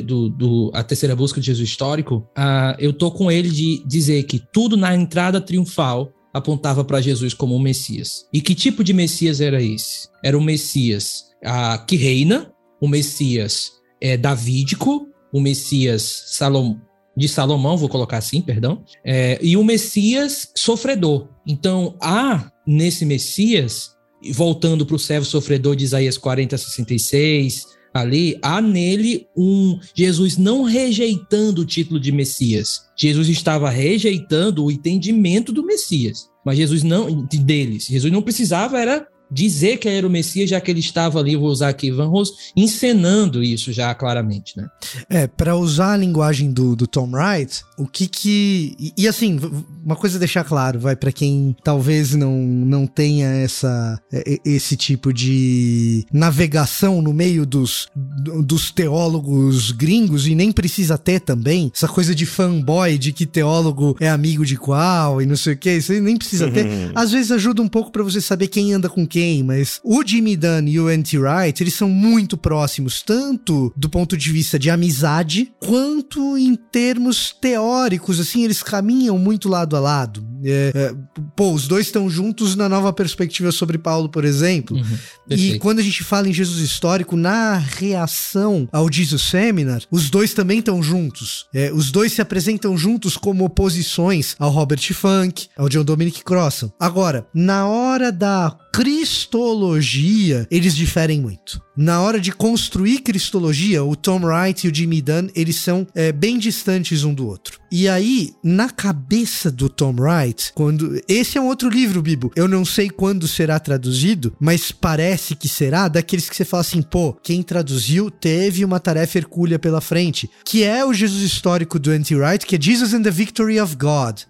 a terceira busca de Jesus histórico, eu tô com ele de dizer que tudo na entrada triunfal apontava para Jesus como um Messias. E que tipo de Messias era esse? Era um Messias que reina, um Messias davídico, um Messias de Salomão, vou colocar assim, perdão, e um Messias sofredor. Então, nesse Messias... voltando para o servo sofredor de Isaías 40, 66, ali, há nele Jesus não rejeitando o título de Messias. Jesus estava rejeitando o entendimento do Messias. Mas Jesus não precisava era dizer que era o Messias, já que ele estava ali, vou usar aqui Van Roos, encenando isso já claramente, né? Para usar a linguagem do Tom Wright, o que... E assim, uma coisa a deixar claro, para quem talvez não tenha esse tipo de navegação no meio dos teólogos gringos, e nem precisa ter também, essa coisa de fanboy, de que teólogo é amigo de qual, e não sei o que, isso aí nem precisa ter. Às vezes ajuda um pouco para você saber quem anda com quem, mas o Jimmy Dunn e o N.T. Wright, eles são muito próximos, tanto do ponto de vista de amizade, quanto em termos teóricos, assim, eles caminham muito lado a lado. Os dois estão juntos na Nova Perspectiva sobre Paulo, por exemplo. E quando a gente fala em Jesus histórico, na reação ao Jesus Seminar, os dois também estão juntos. Os dois se apresentam juntos como oposições ao Robert Funk, ao John Dominic Crossan. Agora, na hora da cristologia, eles diferem muito. Na hora de construir cristologia, o Tom Wright e o Jimmy Dunn, eles são bem distantes um do outro. E aí, na cabeça do Tom Wright, esse é um outro livro, Bibo, eu não sei quando será traduzido, mas parece que será daqueles que você fala assim, quem traduziu teve uma tarefa hercúlea pela frente, que é o Jesus histórico do N.T. Wright, que é Jesus and the Victory of God.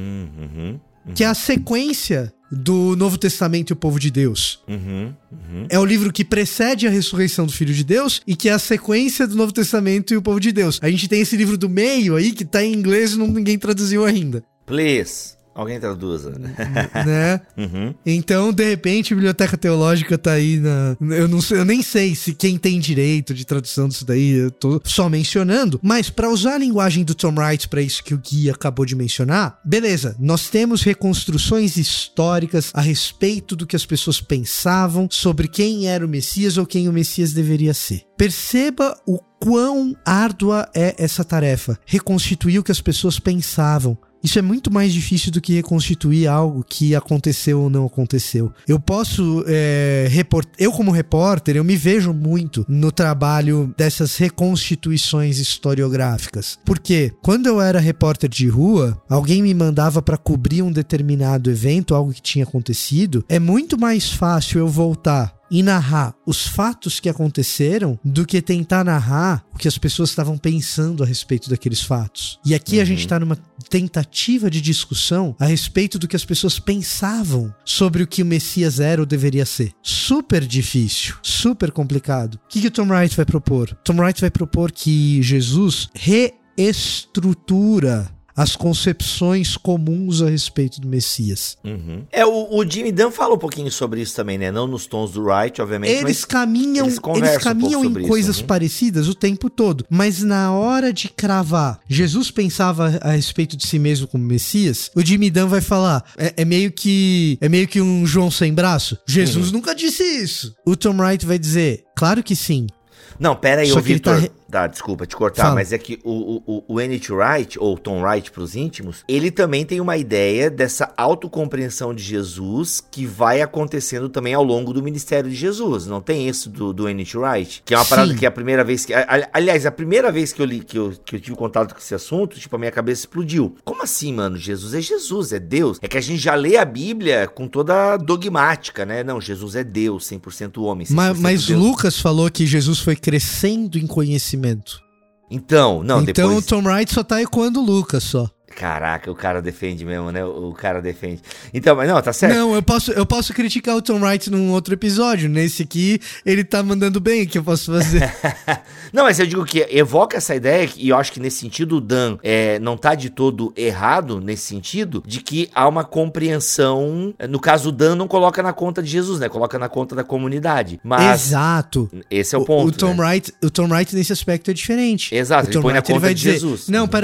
Que é a sequência do Novo Testamento e o Povo de Deus. É o livro que precede a ressurreição do Filho de Deus e que é a sequência do Novo Testamento e o Povo de Deus. A gente tem esse livro do meio aí que tá em inglês e ninguém traduziu ainda. Please. Alguém traduza. Né? Então, de repente, a Biblioteca Teológica tá aí eu nem sei se quem tem direito de tradução disso daí, eu tô só mencionando, mas para usar a linguagem do Tom Wright para isso que o Gui acabou de mencionar, beleza, nós temos reconstruções históricas a respeito do que as pessoas pensavam sobre quem era o Messias ou quem o Messias deveria ser. Perceba o quão árdua é essa tarefa, reconstituir o que as pessoas pensavam. Isso é muito mais difícil do que reconstituir algo que aconteceu ou não aconteceu. Eu posso, eu como repórter, eu me vejo muito no trabalho dessas reconstituições historiográficas. Porque quando eu era repórter de rua, alguém me mandava para cobrir um determinado evento, algo que tinha acontecido, é muito mais fácil eu voltar e narrar os fatos que aconteceram do que tentar narrar o que as pessoas estavam pensando a respeito daqueles fatos. E aqui a gente tá numa tentativa de discussão a respeito do que as pessoas pensavam sobre o que o Messias era ou deveria ser. Super difícil, super complicado. O que o Tom Wright vai propor? Tom Wright vai propor que Jesus reestrutura as concepções comuns a respeito do Messias. O Jimmy Dunn fala um pouquinho sobre isso também, né? Não nos tons do Wright, obviamente, eles caminham em coisas parecidas o tempo todo, mas na hora de cravar, Jesus pensava a respeito de si mesmo como Messias, o Jimmy Dunn vai falar, é meio que um João sem braço. Jesus nunca disse isso. O Tom Wright vai dizer, claro que sim. Não, pera aí, Victor. Desculpa te cortar, mas é que o N.T. Wright, ou Tom Wright pros íntimos, ele também tem uma ideia dessa autocompreensão de Jesus que vai acontecendo também ao longo do ministério de Jesus. Não tem isso do N.T. Wright? Que é uma parada que é a primeira vez que... Aliás, a primeira vez que eu li, que eu tive contato com esse assunto, a minha cabeça explodiu. Como assim, mano? Jesus, é Deus. É que a gente já lê a Bíblia com toda a dogmática, né? Não, Jesus é Deus, 100% homem, 100% mas Deus. Lucas falou que Jesus foi crescendo em conhecimento. Então, depois... o Tom Wright só tá ecoando o Lucas, só. Caraca, o cara defende mesmo, né? O cara defende. Então, mas não, tá certo. Não, eu posso criticar o Tom Wright num outro episódio. Nesse aqui, ele tá mandando bem, o que eu posso fazer? Não, mas eu digo que evoca essa ideia, e eu acho que nesse sentido o Dan não tá de todo errado, nesse sentido, de que há uma compreensão. No caso, o Dan não coloca na conta de Jesus, né? Coloca na conta da comunidade. Mas exato. Esse é o ponto. O Tom Wright nesse aspecto é diferente. Exato, ele põe na conta de Jesus. Não, peraí.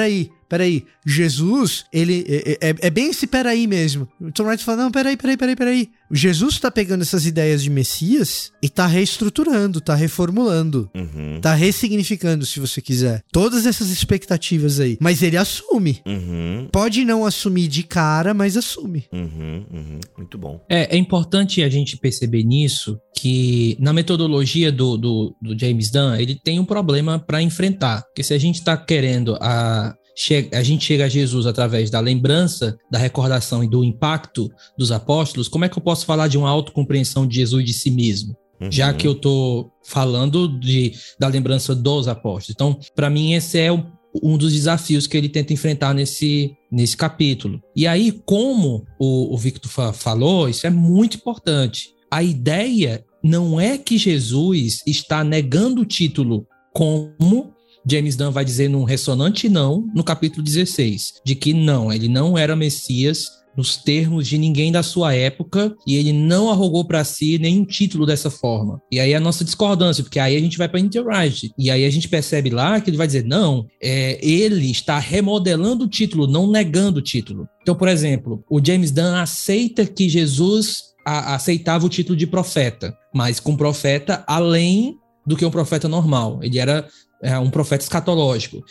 peraí, Jesus, ele é bem esse peraí mesmo. O Tom Wright fala, não, peraí. Jesus tá pegando essas ideias de Messias e tá reestruturando, tá reformulando, tá ressignificando, se você quiser, todas essas expectativas aí. Mas ele assume. Pode não assumir de cara, mas assume. Muito bom. É importante a gente perceber nisso que na metodologia do James Dunn, ele tem um problema para enfrentar. Porque se a gente tá querendo a gente chega a Jesus através da lembrança, da recordação e do impacto dos apóstolos, como é que eu posso falar de uma autocompreensão de Jesus de si mesmo? Já que eu tô falando da lembrança dos apóstolos. Então, para mim, esse é um dos desafios que ele tenta enfrentar nesse capítulo. E aí, como o Victor falou, isso é muito importante. A ideia não é que Jesus está negando o título, como James Dunn vai dizer num ressonante não, no capítulo 16, de que não, ele não era Messias nos termos de ninguém da sua época e ele não arrogou para si nenhum título dessa forma. E aí a nossa discordância, porque aí a gente vai para Interwright e aí a gente percebe lá que ele vai dizer, não, ele está remodelando o título, não negando o título. Então, por exemplo, o James Dunn aceita que Jesus aceitava o título de profeta, mas com profeta além do que um profeta normal. Ele era um profeta escatológico.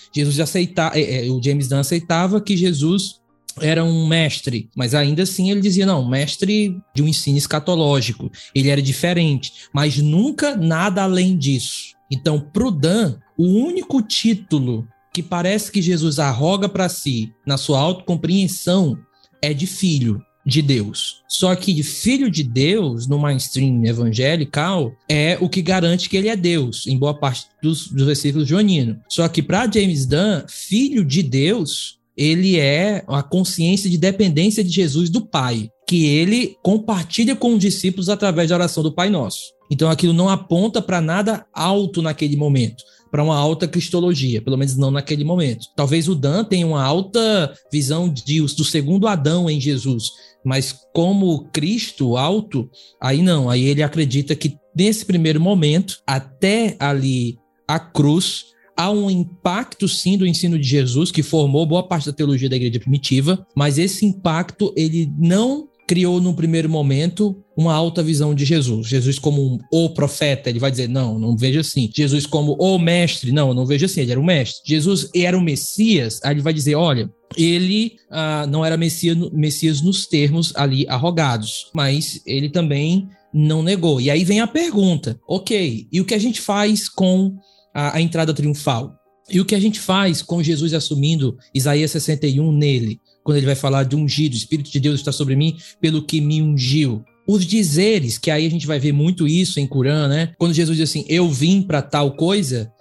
O James Dunn aceitava que Jesus era um mestre, mas ainda assim ele dizia, não, mestre de um ensino escatológico. Ele era diferente, mas nunca nada além disso. Então, pro Dunn, o único título que parece que Jesus arroga para si na sua autocompreensão é de filho de Deus. Só que de filho de Deus, no mainstream evangelical, é o que garante que ele é Deus, em boa parte dos versículos joaninos. Só que para James Dunn, filho de Deus, ele é a consciência de dependência de Jesus do Pai, que ele compartilha com os discípulos através da oração do Pai Nosso. Então aquilo não aponta para nada alto naquele momento, para uma alta cristologia, pelo menos não naquele momento. Talvez o Dan tenha uma alta visão do segundo Adão em Jesus, mas como Cristo alto, aí não, aí ele acredita que nesse primeiro momento, até ali a cruz, há um impacto sim do ensino de Jesus, que formou boa parte da teologia da igreja primitiva, mas esse impacto ele não criou no primeiro momento uma alta visão de Jesus. Jesus como o profeta, ele vai dizer, não vejo assim. Jesus como o mestre, não vejo assim, ele era o mestre. Jesus era o Messias, aí ele vai dizer, olha, ele não era Messias nos termos ali arrogados, mas ele também não negou. E aí vem a pergunta, ok, e o que a gente faz com a entrada triunfal? E o que a gente faz com Jesus assumindo Isaías 61 nele? Quando ele vai falar de ungido, o Espírito de Deus está sobre mim pelo que me ungiu. Os dizeres, que aí a gente vai ver muito isso em Corã, né? Quando Jesus diz assim, eu vim para tal coisa,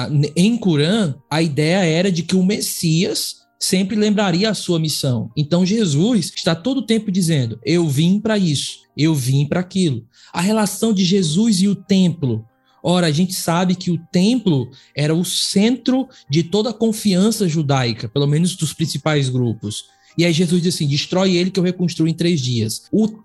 em Corã, a ideia era de que o Messias sempre lembraria a sua missão. Então Jesus está todo o tempo dizendo, eu vim para isso, eu vim para aquilo. A relação de Jesus e o templo. Ora, a gente sabe que o templo era o centro de toda a confiança judaica, pelo menos dos principais grupos. E aí Jesus diz assim, destrói ele que eu reconstruo em 3 dias.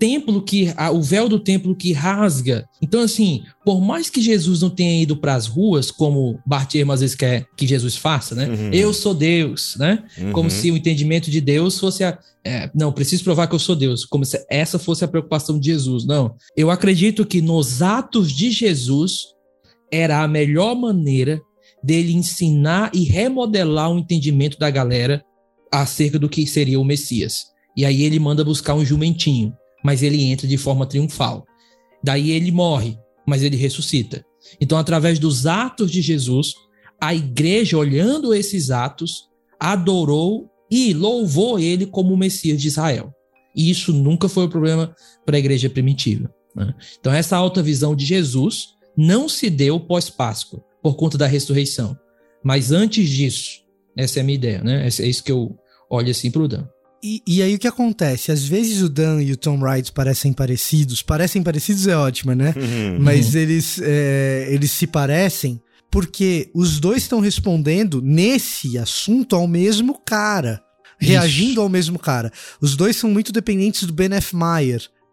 O véu do templo que rasga. Então assim, por mais que Jesus não tenha ido para as ruas, como Bartimaeus às vezes quer que Jesus faça, né? Eu sou Deus, né? Como se o entendimento de Deus fosse não, preciso provar que eu sou Deus, como se essa fosse a preocupação de Jesus. Não, eu acredito que nos atos de Jesus era a melhor maneira dele ensinar e remodelar o entendimento da galera acerca do que seria o Messias. E aí ele manda buscar um jumentinho, mas ele entra de forma triunfal. Daí ele morre, mas ele ressuscita. Então, através dos atos de Jesus, a igreja, olhando esses atos, adorou e louvou ele como o Messias de Israel. E isso nunca foi um problema para a igreja primitiva, né? Então, essa alta visão de Jesus não se deu pós-Páscoa, por conta da ressurreição. Mas antes disso, essa é a minha ideia, né? É isso que eu olho assim pro Dan. E aí o que acontece? Às vezes o Dan e o Tom Wright parecem parecidos é ótima, né? Mas eles se parecem porque os dois estão respondendo nesse assunto ao mesmo cara, reagindo ao mesmo cara. Os dois são muito dependentes do Ben F. Meyer,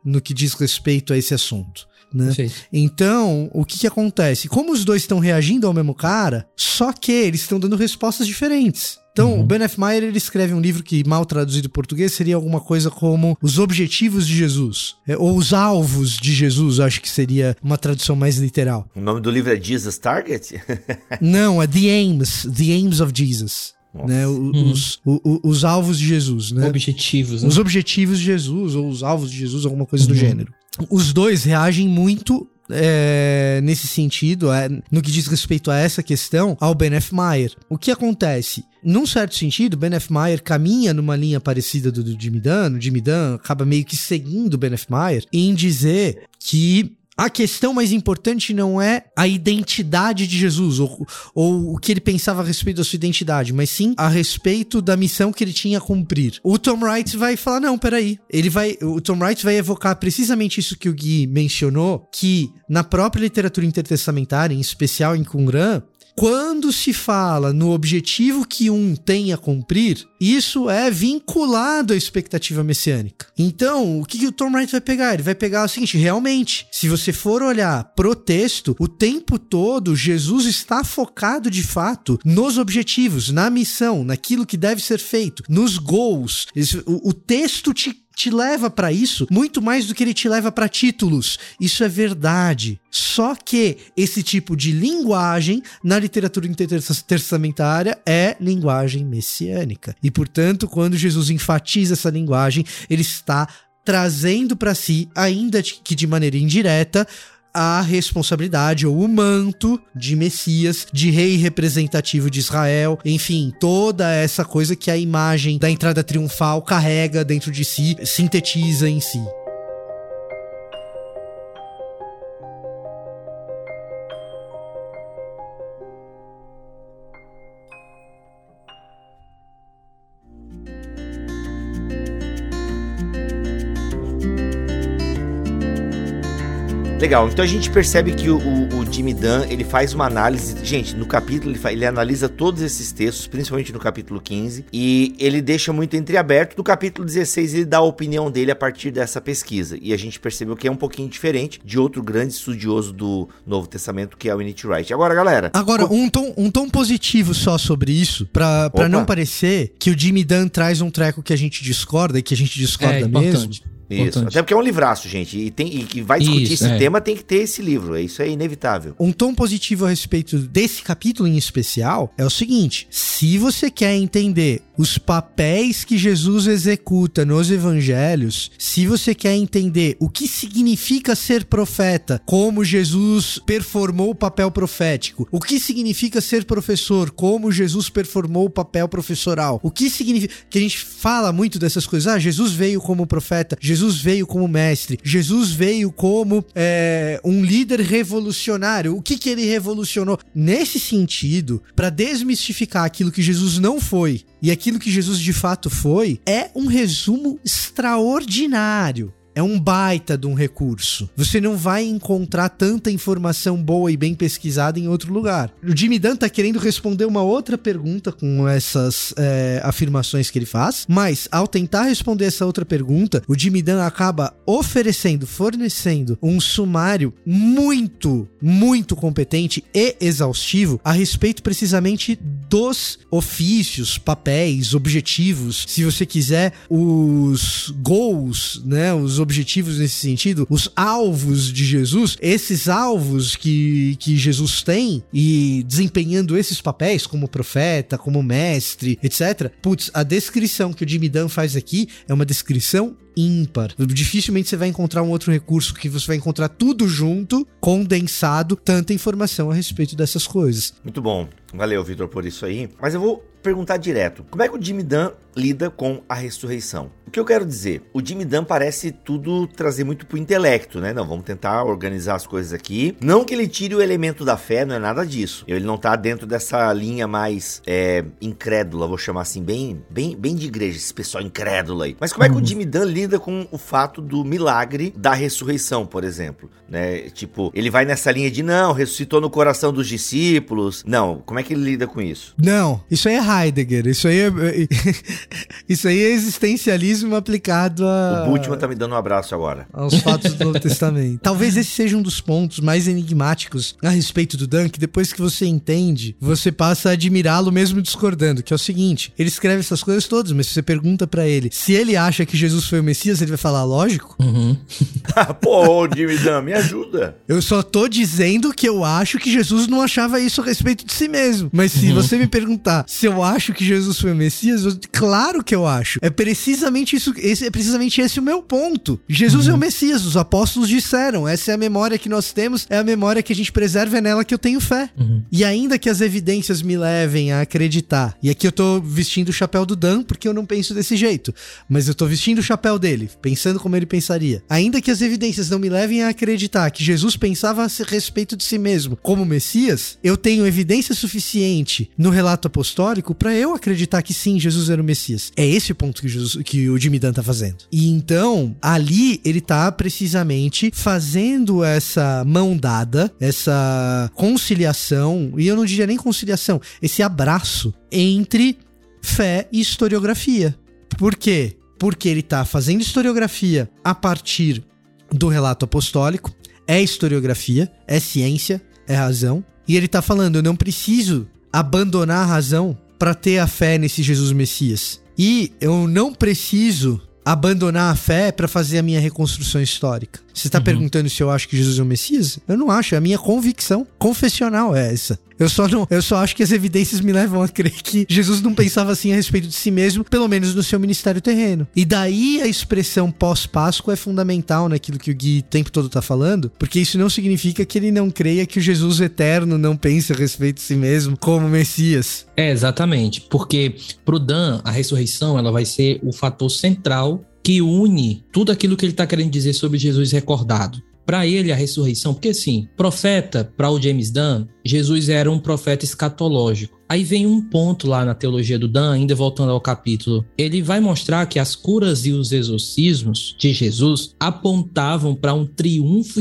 no que diz respeito a esse assunto. Né? Então, o que acontece? Como os dois estão reagindo ao mesmo cara, só que eles estão dando respostas diferentes. Então, o Ben F. Meyer, ele escreve um livro que, mal traduzido em português, seria alguma coisa como Os Objetivos de Jesus, ou Os Alvos de Jesus, acho que seria uma tradução mais literal. O nome do livro é Jesus Target? Não, é The Aims of Jesus. Né, os alvos de Jesus, né? Objetivos, né? Os objetivos de Jesus, ou os alvos de Jesus, alguma coisa do gênero. Os dois reagem muito nesse sentido, no que diz respeito a essa questão, ao Ben F. Meyer. O que acontece? Num certo sentido, Ben F. Meyer caminha numa linha parecida do Jimmy Dunn. O Jimmy Dunn acaba meio que seguindo o Ben F. Meyer em dizer que a questão mais importante não é a identidade de Jesus, ou o que ele pensava a respeito da sua identidade, mas sim a respeito da missão que ele tinha a cumprir. O Tom Wright vai falar, não, peraí. O Tom Wright vai evocar precisamente isso que o Gui mencionou, que na própria literatura intertestamentária, em especial em Qumran, quando se fala no objetivo que um tem a cumprir, isso é vinculado à expectativa messiânica. Então, o que o Tom Wright vai pegar? Ele vai pegar o seguinte, realmente, se você for olhar pro texto, o tempo todo Jesus está focado de fato nos objetivos, na missão, naquilo que deve ser feito, nos goals. O texto te leva pra isso muito mais do que ele te leva pra títulos. Isso é verdade. Só que esse tipo de linguagem na literatura intertestamentária é linguagem messiânica. E, portanto, quando Jesus enfatiza essa linguagem, ele está trazendo pra si, ainda que de maneira indireta, a responsabilidade ou o manto de Messias, de rei representativo de Israel, enfim, toda essa coisa que a imagem da entrada triunfal carrega dentro de si, sintetiza em si. Legal, então a gente percebe que o Jimmy Dunn, ele faz uma análise, gente, no capítulo ele analisa todos esses textos, principalmente no capítulo 15, e ele deixa muito entreaberto. No capítulo 16 ele dá a opinião dele a partir dessa pesquisa, e a gente percebeu que é um pouquinho diferente de outro grande estudioso do Novo Testamento, que é o N.T. Wright. Agora, galera... um tom positivo só sobre isso, pra não parecer que o Jimmy Dunn traz um treco que a gente discorda, e que a gente discorda mesmo. Isso, até porque é um livraço, gente, e que vai discutir esse tema, tem que ter esse livro, isso é inevitável. Um tom positivo a respeito desse capítulo em especial é o seguinte: se você quer entender os papéis que Jesus executa nos evangelhos, se você quer entender o que significa ser profeta, como Jesus performou o papel profético, o que significa ser professor, como Jesus performou o papel professoral, o que significa, que a gente fala muito dessas coisas, Jesus veio como profeta, Jesus veio como mestre, Jesus veio como um líder revolucionário. O que ele revolucionou? Nesse sentido, para desmistificar aquilo que Jesus não foi e aquilo que Jesus de fato foi, é um resumo extraordinário. É um baita de um recurso. Você não vai encontrar tanta informação boa e bem pesquisada em outro lugar. O Jimmy Dunn tá querendo responder uma outra pergunta com essas afirmações que ele faz, mas ao tentar responder essa outra pergunta, o Jimmy Dunn acaba fornecendo um sumário muito, muito competente e exaustivo a respeito precisamente dos ofícios, papéis, objetivos, se você quiser, os goals, né, os objetivos nesse sentido, os alvos de Jesus, esses alvos que Jesus tem, e desempenhando esses papéis como profeta, como mestre, etc. Putz, a descrição que o Jimmy Dunn faz aqui é uma descrição ímpar. Dificilmente você vai encontrar um outro recurso que você vai encontrar tudo junto, condensado, tanta informação a respeito dessas coisas. Muito bom. Valeu, Vitor, por isso aí. Mas eu vou perguntar direto. Como é que o Jimmy Dunn lida com a ressurreição? O que eu quero dizer? O Jimmy Dunn parece tudo trazer muito pro intelecto, né? Não, vamos tentar organizar as coisas aqui. Não que ele tire o elemento da fé, não é nada disso. Ele não tá dentro dessa linha mais incrédula, vou chamar assim, bem de igreja, esse pessoal incrédulo aí. Mas como é que o Jimmy Dunn lida com o fato do milagre da ressurreição, por exemplo? Né? Tipo, ele vai nessa linha de não, ressuscitou no coração dos discípulos. Não, como é que ele lida com isso? Não, isso aí é Heidegger, isso aí Isso aí é existencialismo aplicado O Bultmann tá me dando um abraço agora. aos fatos do Novo Testamento. Talvez esse seja um dos pontos mais enigmáticos a respeito do Dan, que depois que você entende, você passa a admirá-lo mesmo discordando, que é o seguinte, ele escreve essas coisas todas, mas se você pergunta pra ele se ele acha que Jesus foi o Messias, ele vai falar, lógico. Pô, Jimmy Dan, me ajuda. Eu só tô dizendo que eu acho que Jesus não achava isso a respeito de si mesmo. Mas se você me perguntar se eu acho que Jesus foi o Messias, claro que eu acho. É precisamente isso, é precisamente esse o meu ponto. Jesus é o Messias, os apóstolos disseram. Essa é a memória que nós temos, é a memória que a gente preserva, é nela que eu tenho fé. E ainda que as evidências me levem a acreditar, e aqui eu tô vestindo o chapéu do Dan, porque eu não penso desse jeito, mas eu tô vestindo o chapéu dele, pensando como ele pensaria. Ainda que as evidências não me levem a acreditar que Jesus pensava a respeito de si mesmo como Messias, eu tenho evidência suficiente no relato apostólico pra eu acreditar que sim, Jesus era o Messias. É esse o ponto que o Jimmy Dan tá fazendo. E então, ali ele tá precisamente fazendo essa mão dada, essa conciliação, e eu não diria nem conciliação, esse abraço entre fé e historiografia. Por quê? Porque ele tá fazendo historiografia a partir do relato apostólico, é historiografia, é ciência, é razão, e ele tá falando, eu não preciso abandonar a razão para ter a fé nesse Jesus Messias. E eu não preciso abandonar a fé para fazer a minha reconstrução histórica. Você tá perguntando se eu acho que Jesus é o Messias? Eu não acho, a minha convicção confessional é essa. Eu só acho que as evidências me levam a crer que Jesus não pensava assim a respeito de si mesmo, pelo menos no seu ministério terreno. E daí a expressão pós-Páscoa é fundamental naquilo que o Gui o tempo todo tá falando, porque isso não significa que ele não creia que o Jesus eterno não pense a respeito de si mesmo como Messias. É, exatamente, porque pro Dan, a ressurreição ela vai ser o fator central que une tudo aquilo que ele está querendo dizer sobre Jesus recordado. Para ele, a ressurreição, porque assim, profeta, para o James Dan, Jesus era um profeta escatológico. Aí vem um ponto lá na teologia do Dan, ainda voltando ao capítulo, ele vai mostrar que as curas e os exorcismos de Jesus apontavam para um triunfo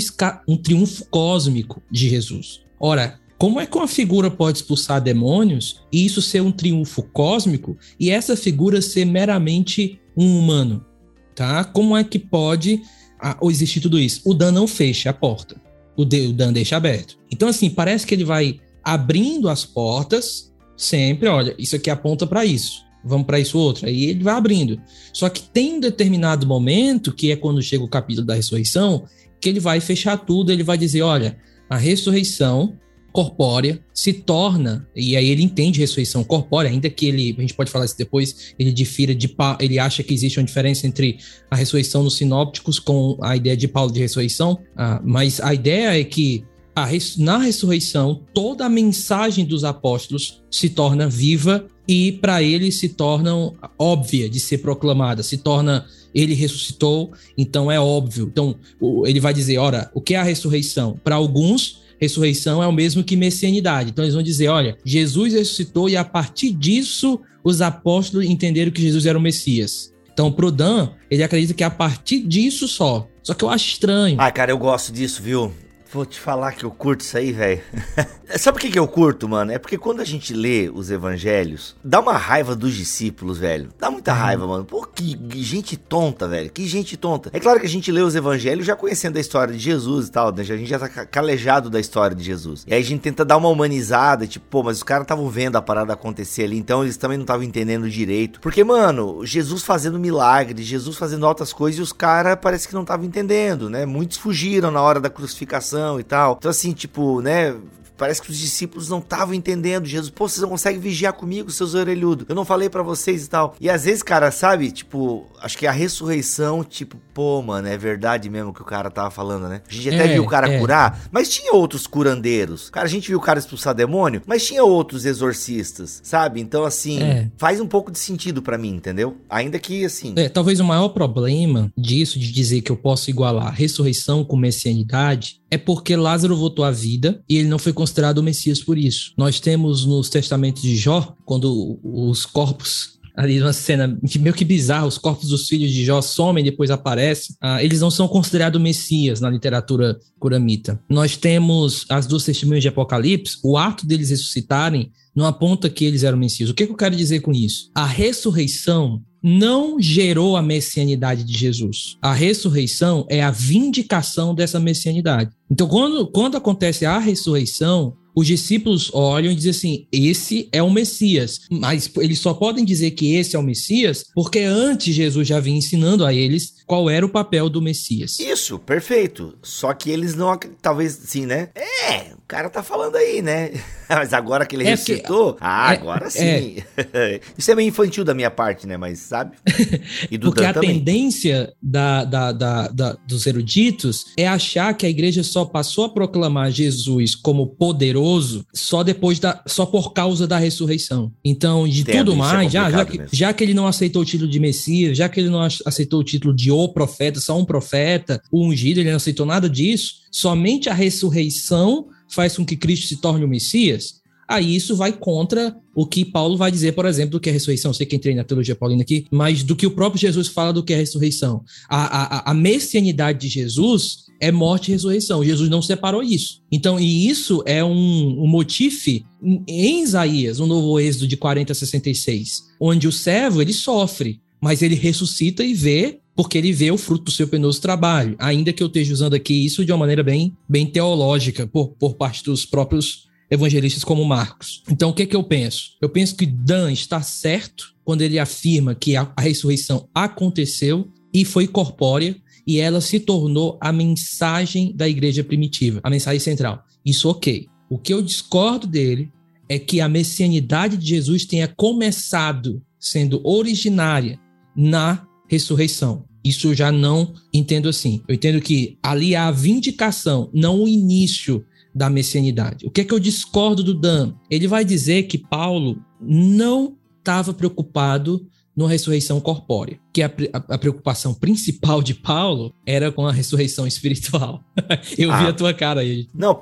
cósmico de Jesus. Ora, como é que uma figura pode expulsar demônios e isso ser um triunfo cósmico e essa figura ser meramente um humano? Tá? Como é que pode existir tudo isso? O Dan não fecha a porta. O Dan deixa aberto. Então, assim, parece que ele vai abrindo as portas sempre. Olha, isso aqui aponta para isso. Vamos para isso outro. Aí ele vai abrindo. Só que tem um determinado momento, que é quando chega o capítulo da ressurreição, que ele vai fechar tudo. Ele vai dizer, olha, a ressurreição corpórea se torna, e aí ele entende ressurreição corpórea, ainda que a gente pode falar isso depois, ele difira ele acha que existe uma diferença entre a ressurreição nos sinópticos com a ideia de Paulo de ressurreição, mas a ideia é que na ressurreição toda a mensagem dos apóstolos se torna viva e para ele se torna óbvia de ser proclamada, se torna ele ressuscitou, então é óbvio. Então ele vai dizer, ora, o que é a ressurreição? Para alguns, ressurreição é o mesmo que messianidade. Então eles vão dizer, olha, Jesus ressuscitou e a partir disso os apóstolos entenderam que Jesus era o Messias. Então pro Dan, ele acredita que é a partir disso só. Só que eu acho estranho. Ah, cara, eu gosto disso, viu? Vou te falar que eu curto isso aí, velho. Sabe por que eu curto, mano? É porque quando a gente lê os evangelhos, dá uma raiva dos discípulos, velho. Dá muita raiva, mano. Pô, que gente tonta, velho. Que gente tonta. É claro que a gente lê os evangelhos já conhecendo a história de Jesus e tal, né? A gente já tá calejado da história de Jesus. E aí a gente tenta dar uma humanizada, tipo, pô, mas os caras estavam vendo a parada acontecer ali, então eles também não estavam entendendo direito. Porque, mano, Jesus fazendo milagres, Jesus fazendo altas coisas e os caras parece que não estavam entendendo, né? Muitos fugiram na hora da crucificação e tal. Então assim, tipo, né, parece que os discípulos não estavam entendendo Jesus. Pô, vocês não conseguem vigiar comigo, seus orelhudos. Eu não falei pra vocês e tal. E às vezes, cara, sabe, tipo, acho que a ressurreição, tipo, pô, mano, é verdade mesmo que o cara tava falando, né? A gente até viu o cara curar, mas tinha outros curandeiros. Cara, a gente viu o cara expulsar demônio, mas tinha outros exorcistas, sabe? Então, assim, faz um pouco de sentido pra mim, entendeu? Ainda que, assim... talvez o maior problema disso, de dizer que eu posso igualar ressurreição com messianidade, é porque Lázaro voltou à vida e ele não foi considerado o Messias por isso. Nós temos nos testamentos de Jó, quando os corpos ali numa cena meio que bizarra, os corpos dos filhos de Jó somem e depois aparecem, eles não são considerados messias na literatura curamita. Nós temos as duas testemunhas de Apocalipse, o ato deles ressuscitarem não aponta que eles eram messias. O que eu quero dizer com isso? A ressurreição não gerou a messianidade de Jesus. A ressurreição é a vindicação dessa messianidade. Então, quando acontece a ressurreição, os discípulos olham e dizem assim, esse é o Messias. Mas eles só podem dizer que esse é o Messias porque antes Jesus já vinha ensinando a eles qual era o papel do Messias. Isso, perfeito. Só que eles não, talvez sim, né? O cara tá falando aí, né? Mas agora que ele ressuscitou, agora sim. Isso é meio infantil da minha parte, né? Mas sabe? E do porque Dan a também. Tendência dos eruditos é achar que a igreja só passou a proclamar Jesus como poderoso só por causa da ressurreição. Então, de tudo mais, já que ele não aceitou o título de Messias, já que ele não aceitou o título de o profeta, só um profeta, o ungido, ele não aceitou nada disso, somente a ressurreição faz com que Cristo se torne o Messias. Aí isso vai contra o que Paulo vai dizer, por exemplo, do que é a ressurreição. Eu sei que entrei na teologia paulina aqui, mas do que o próprio Jesus fala do que é a ressurreição. A messianidade de Jesus é morte e ressurreição. Jesus não separou isso. Então, e isso é um motife em Isaías, um novo êxodo de 40 a 66, onde o servo, ele sofre, mas ele ressuscita e vê, porque ele vê o fruto do seu penoso trabalho. Ainda que eu esteja usando aqui isso de uma maneira bem teológica, por parte dos próprios evangelistas como Marcos. Então, o que eu penso? Eu penso que Dan está certo quando ele afirma que a ressurreição aconteceu e foi corpórea, e ela se tornou a mensagem da igreja primitiva, a mensagem central. Isso ok. O que eu discordo dele é que a messianidade de Jesus tenha começado sendo originária na ressurreição. Isso eu já não entendo assim. Eu entendo que ali há a vindicação, não o início da messianidade. O que é que eu discordo do Dan? Ele vai dizer que Paulo não estava preocupado na ressurreição corpórea, que a preocupação principal de Paulo era com a ressurreição espiritual. Eu vi a tua cara aí. Não,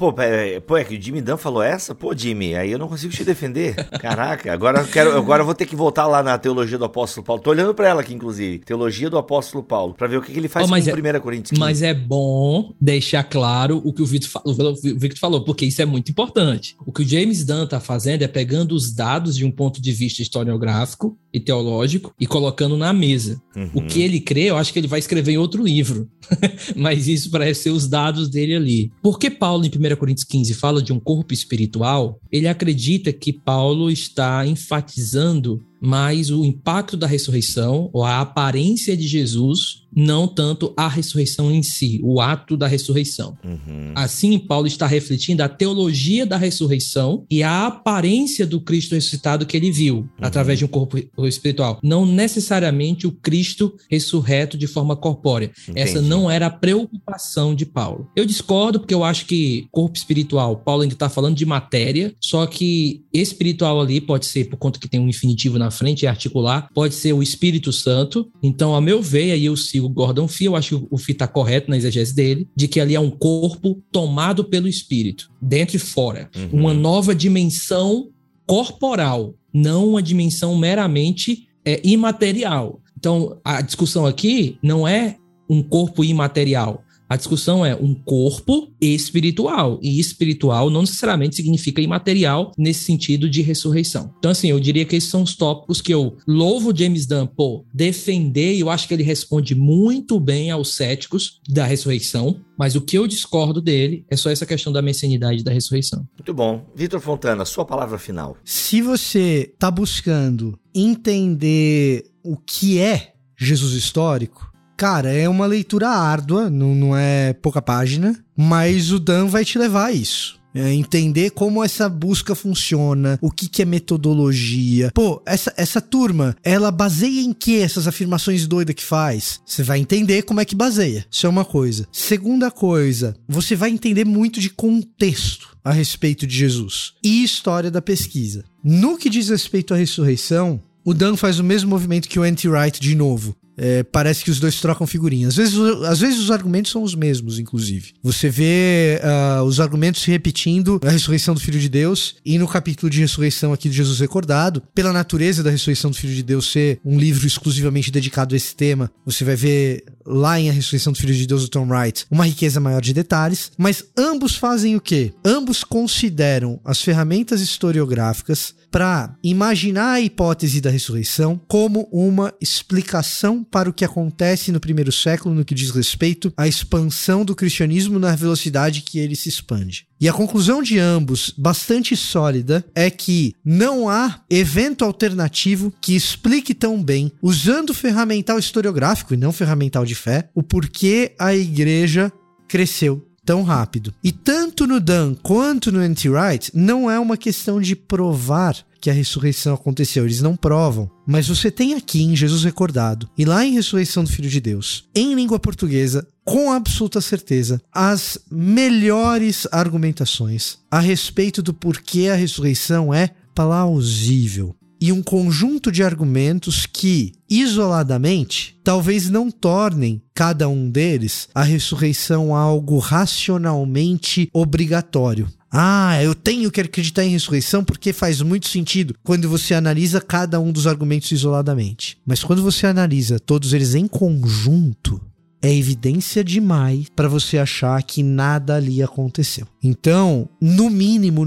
é que o Jimmy Dan falou essa? Pô, Jimmy, aí eu não consigo te defender. Caraca, agora eu vou ter que voltar lá na teologia do apóstolo Paulo. Tô olhando pra ela aqui, inclusive. Teologia do apóstolo Paulo, pra ver o que ele faz com 1 Coríntios 15. Mas é bom deixar claro o que o Victor falou, porque isso é muito importante. O que o James Dan tá fazendo é pegando os dados de um ponto de vista historiográfico e teológico e colocando na mesa. Uhum. O que ele crê, eu acho que ele vai escrever em outro livro. Mas isso parece ser os dados dele ali. Porque Paulo, em 1 Coríntios 15, fala de um corpo espiritual, ele acredita que Paulo está enfatizando mais o impacto da ressurreição, ou a aparência de Jesus, não tanto a ressurreição em si, o ato da ressurreição. Uhum. Assim, Paulo está refletindo a teologia da ressurreição e a aparência do Cristo ressuscitado que ele viu, através de um corpo espiritual. Não necessariamente o Cristo ressurreto de forma corpórea. Entendi. Essa não era a preocupação de Paulo. Eu discordo, porque eu acho que corpo espiritual, Paulo ainda está falando de matéria, só que espiritual ali pode ser, por conta que tem um infinitivo na frente e articular, pode ser o Espírito Santo. Então, a meu ver, aí eu sigo o Gordon Fee, eu acho que o Fee está correto na exegese dele, de que ali é um corpo tomado pelo Espírito, dentro e fora. Uhum. Uma nova dimensão corporal, não uma dimensão meramente imaterial. Então, a discussão aqui não é um corpo imaterial. A discussão é um corpo espiritual. E espiritual não necessariamente significa imaterial nesse sentido de ressurreição. Então, assim, eu diria que esses são os tópicos que eu louvo James Dunn por defender, e eu acho que ele responde muito bem aos céticos da ressurreição. Mas o que eu discordo dele é só essa questão da messianidade da ressurreição. Muito bom. Vitor Fontana, sua palavra final. Se você está buscando entender o que é Jesus histórico, cara, é uma leitura árdua, não é pouca página, mas o Dan vai te levar a isso. Entender como essa busca funciona, o que é metodologia. Pô, essa turma, ela baseia em que essas afirmações doidas que faz? Você vai entender como é que baseia. Isso é uma coisa. Segunda coisa, você vai entender muito de contexto a respeito de Jesus e história da pesquisa. No que diz respeito à ressurreição, o Dan faz o mesmo movimento que o N.T. Wright de novo. parece que os dois trocam figurinhas. Às vezes os argumentos são os mesmos, inclusive. Você vê os argumentos se repetindo na ressurreição do Filho de Deus e no capítulo de ressurreição aqui de Jesus Recordado. Pela natureza da ressurreição do Filho de Deus ser um livro exclusivamente dedicado a esse tema, você vai ver lá em A Ressurreição do Filho de Deus, do Tom Wright, uma riqueza maior de detalhes. Mas ambos fazem o quê? Ambos consideram as ferramentas historiográficas para imaginar a hipótese da ressurreição como uma explicação para o que acontece no primeiro século no que diz respeito à expansão do cristianismo na velocidade que ele se expande. E a conclusão de ambos, bastante sólida, é que não há evento alternativo que explique tão bem, usando ferramental historiográfico e não ferramental de fé, o porquê a igreja cresceu tão rápido. E tanto no Dunn quanto no N.T. Wright, não é uma questão de provar que a ressurreição aconteceu, eles não provam. Mas você tem aqui em Jesus Recordado, e lá em Ressurreição do Filho de Deus, em língua portuguesa, com absoluta certeza, as melhores argumentações a respeito do porquê a ressurreição é plausível. E um conjunto de argumentos que, isoladamente, talvez não tornem cada um deles a ressurreição algo racionalmente obrigatório. Eu tenho que acreditar em ressurreição porque faz muito sentido quando você analisa cada um dos argumentos isoladamente. Mas quando você analisa todos eles em conjunto, é evidência demais para você achar que nada ali aconteceu. Então, no mínimo,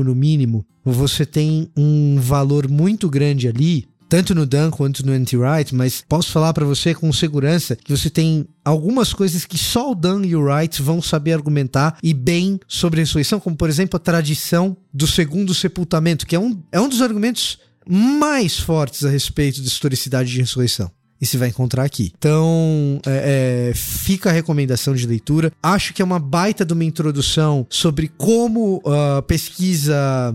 você tem um valor muito grande ali, tanto no Dunn quanto no N.T. Wright, mas posso falar para você com segurança que você tem algumas coisas que só o Dunn e o Wright vão saber argumentar e bem sobre a ressurreição, como por exemplo a tradição do segundo sepultamento, que é um dos argumentos mais fortes a respeito da historicidade de ressurreição. E se vai encontrar aqui. Então, fica a recomendação de leitura. Acho que é uma baita de uma introdução sobre como a pesquisa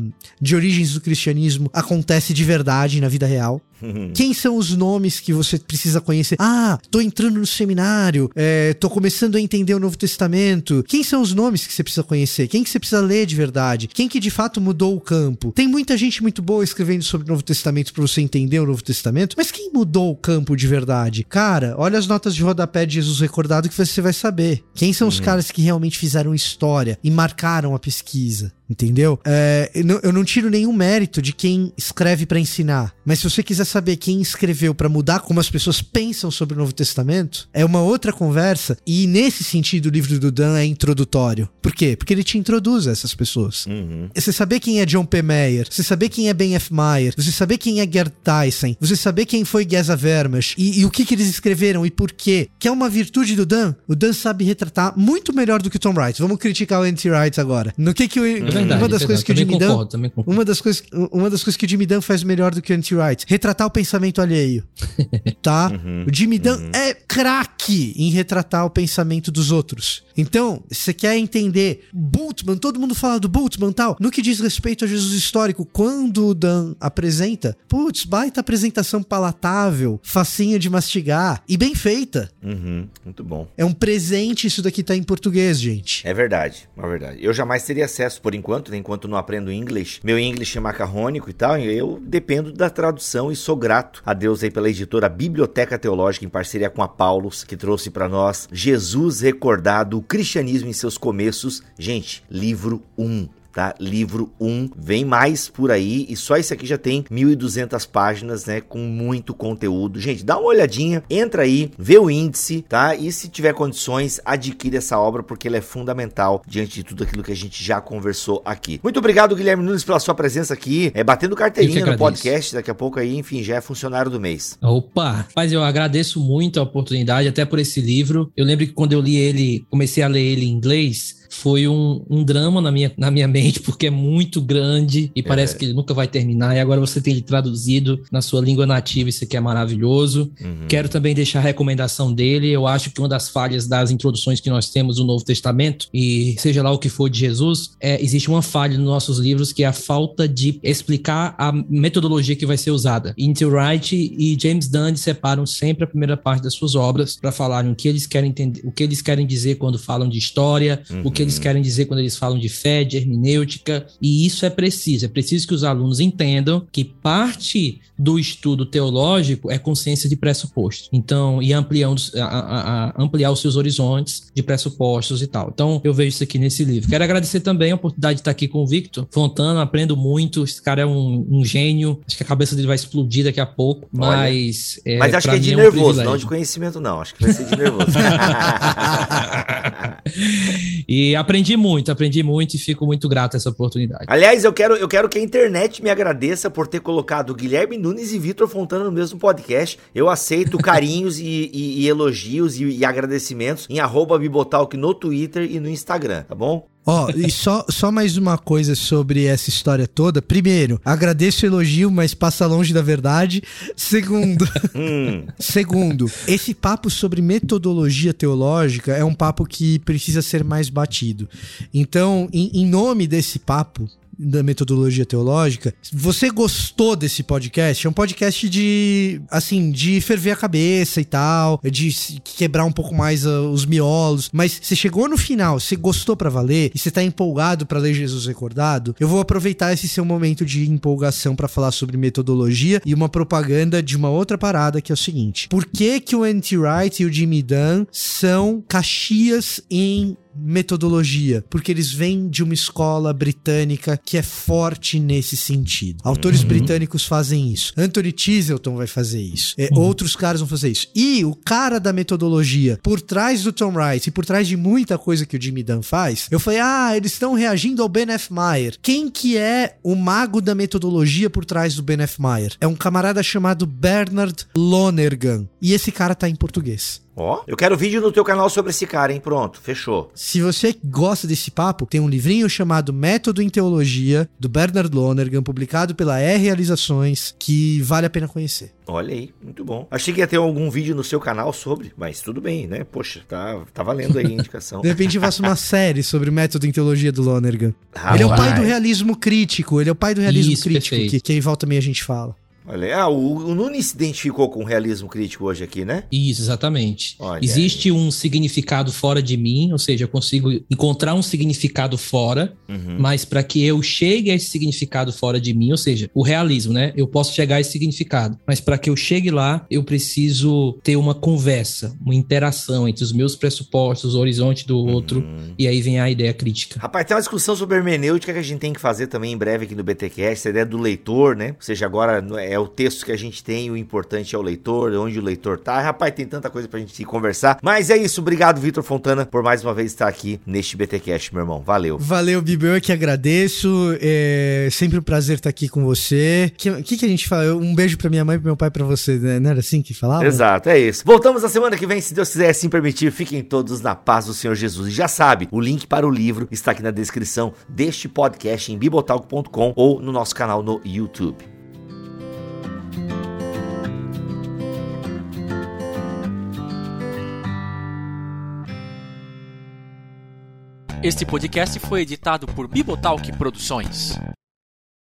de origens do cristianismo acontece de verdade na vida real. Quem são os nomes que você precisa conhecer? Tô entrando no seminário, tô começando a entender o Novo Testamento. Quem são os nomes que você precisa conhecer? Quem que você precisa ler de verdade? Quem que de fato mudou o campo? Tem muita gente muito boa escrevendo sobre o Novo Testamento para você entender o Novo Testamento, mas quem mudou o campo de verdade? Cara, olha as notas de rodapé de Jesus Recordado que você vai saber. Quem são os caras que realmente fizeram história e marcaram a pesquisa? Entendeu? Eu não tiro nenhum mérito de quem escreve para ensinar, mas se você quiser saber quem escreveu para mudar como as pessoas pensam sobre o Novo Testamento, é uma outra conversa, e nesse sentido o livro do Dunn é introdutório. Por quê? Porque ele te introduz a essas pessoas. Você saber quem é John P. Meyer, você saber quem é Ben F. Meyer, você saber quem é Gerd Tyson, você saber quem foi Geza Vermas e o que eles escreveram e por quê, que é uma virtude do Dunn. O Dunn sabe retratar muito melhor do que o Tom Wright. Vamos criticar o N.T. Wright agora. No que o uma das coisas que o Jimmy Dunn, uma das coisas que o Jimmy Dunn faz melhor do que o N.T. Wright, retratar o pensamento alheio, tá? O Jimmy Dunn é craque em retratar o pensamento dos outros. Então, se você quer entender Bultmann, todo mundo fala do Bultmann e tal, no que diz respeito a Jesus histórico, quando o Dunn apresenta, baita apresentação palatável, facinha de mastigar e bem feita. Muito bom. É um presente isso daqui tá em português, gente. É verdade. Eu jamais teria acesso por enquanto não aprendo inglês. Meu inglês é macarrônico e tal, e eu dependo da tradução e sou grato a Deus aí pela editora Biblioteca Teológica, em parceria com a Paulus, que trouxe para nós Jesus Recordado, o cristianismo em seus começos. Gente, livro 1. Tá? Livro 1, vem mais por aí, e só esse aqui já tem 1.200 páginas, né, com muito conteúdo. Gente, dá uma olhadinha, entra aí, vê o índice, tá? E se tiver condições, adquire essa obra, porque ela é fundamental diante de tudo aquilo que a gente já conversou aqui. Muito obrigado, Guilherme Nunes, pela sua presença aqui, batendo carteirinha no podcast, daqui a pouco aí, enfim, já é funcionário do mês. Opa, mas eu agradeço muito a oportunidade, até por esse livro. Eu lembro que quando eu li ele, comecei a ler ele em inglês, foi um drama na minha mente, porque é muito grande e parece que ele nunca vai terminar, e agora você tem ele traduzido na sua língua nativa, isso aqui é maravilhoso. Quero também deixar a recomendação dele. Eu acho que uma das falhas das introduções que nós temos no Novo Testamento, e seja lá o que for de Jesus, existe uma falha nos nossos livros, que é a falta de explicar a metodologia que vai ser usada. N.T. Wright e James Dunn separam sempre a primeira parte das suas obras para falarem o que eles querem entender, o que eles querem dizer quando falam de história, o que eles querem dizer quando eles falam de fé, de hermenêutica, hermenêutica, e isso é preciso que os alunos entendam que parte do estudo teológico é consciência de pressuposto. Então, e ampliar os seus horizontes de pressupostos e tal. Então, eu vejo isso aqui nesse livro. Quero agradecer também a oportunidade de estar aqui com o Victor Fontana, aprendo muito, esse cara é um gênio, acho que a cabeça dele vai explodir daqui a pouco, mas acho que é de nervoso, não de conhecimento não, acho que vai ser de nervoso. E aprendi muito e fico muito grato a essa oportunidade. Aliás, eu quero que a internet me agradeça por ter colocado Guilherme Nunes e Victor Fontana no mesmo podcast. Eu aceito carinhos e elogios e agradecimentos em @Bibotalk no Twitter e no Instagram, tá bom? E só mais uma coisa sobre essa história toda. Primeiro, agradeço o elogio, mas passa longe da verdade. Segundo, esse papo sobre metodologia teológica é um papo que precisa ser mais batido. Então, em nome desse papo da metodologia teológica, você gostou desse podcast? É um podcast de ferver a cabeça e tal, de quebrar um pouco mais os miolos, mas você chegou no final, você gostou pra valer e você tá empolgado pra ler Jesus Recordado, eu vou aproveitar esse seu momento de empolgação pra falar sobre metodologia e uma propaganda de uma outra parada que é o seguinte: por que o N.T. Wright e o Jimmy Dunn são Caxias em metodologia? Porque eles vêm de uma escola britânica que é forte nesse sentido. Autores britânicos fazem isso. Anthony Cheselton vai fazer isso. Outros caras vão fazer isso. E o cara da metodologia, por trás do Tom Wright e por trás de muita coisa que o Jimmy Dunn faz, eu falei, eles estão reagindo ao Ben F. Meyer. Quem que é o mago da metodologia por trás do Ben F. Meyer? É um camarada chamado Bernard Lonergan. E esse cara tá em português. Eu quero vídeo no teu canal sobre esse cara, hein? Pronto, fechou. Se você gosta desse papo, tem um livrinho chamado Método em Teologia, do Bernard Lonergan, publicado pela Realizações, que vale a pena conhecer. Olha aí, muito bom. Achei que ia ter algum vídeo no seu canal sobre, mas tudo bem, né? Poxa, tá valendo aí a indicação. De repente eu faço uma série sobre o Método em Teologia do Lonergan. Ele é o pai do realismo crítico, que aí volta meio a gente fala. Olha, o Nunes se identificou com o realismo crítico hoje aqui, né? Isso, exatamente. Olha, existe um significado fora de mim, ou seja, eu consigo encontrar um significado fora, mas para que eu chegue a esse significado fora de mim, ou seja, o realismo, né? Eu posso chegar a esse significado, mas para que eu chegue lá, eu preciso ter uma conversa, uma interação entre os meus pressupostos, o horizonte do outro, e aí vem a ideia crítica. Rapaz, tem uma discussão sobre hermenêutica que a gente tem que fazer também em breve aqui no BTcast, essa ideia do leitor, né? Ou seja, agora é o texto que a gente tem, o importante é o leitor, onde o leitor tá. Rapaz, tem tanta coisa pra gente conversar. Mas é isso, obrigado, Victor Fontana, por mais uma vez estar aqui neste BTcast, meu irmão. Valeu. Valeu, Bibo, eu que agradeço. É sempre um prazer estar aqui com você. O que a gente fala? Um beijo pra minha mãe e pro meu pai pra você, né? Não era assim que falava? Exato, é isso. Voltamos na semana que vem, se Deus quiser assim permitir. Fiquem todos na paz do Senhor Jesus. E já sabe, o link para o livro está aqui na descrição deste podcast em bibotalk.com ou no nosso canal no YouTube. Este podcast foi editado por Bibotalk Produções.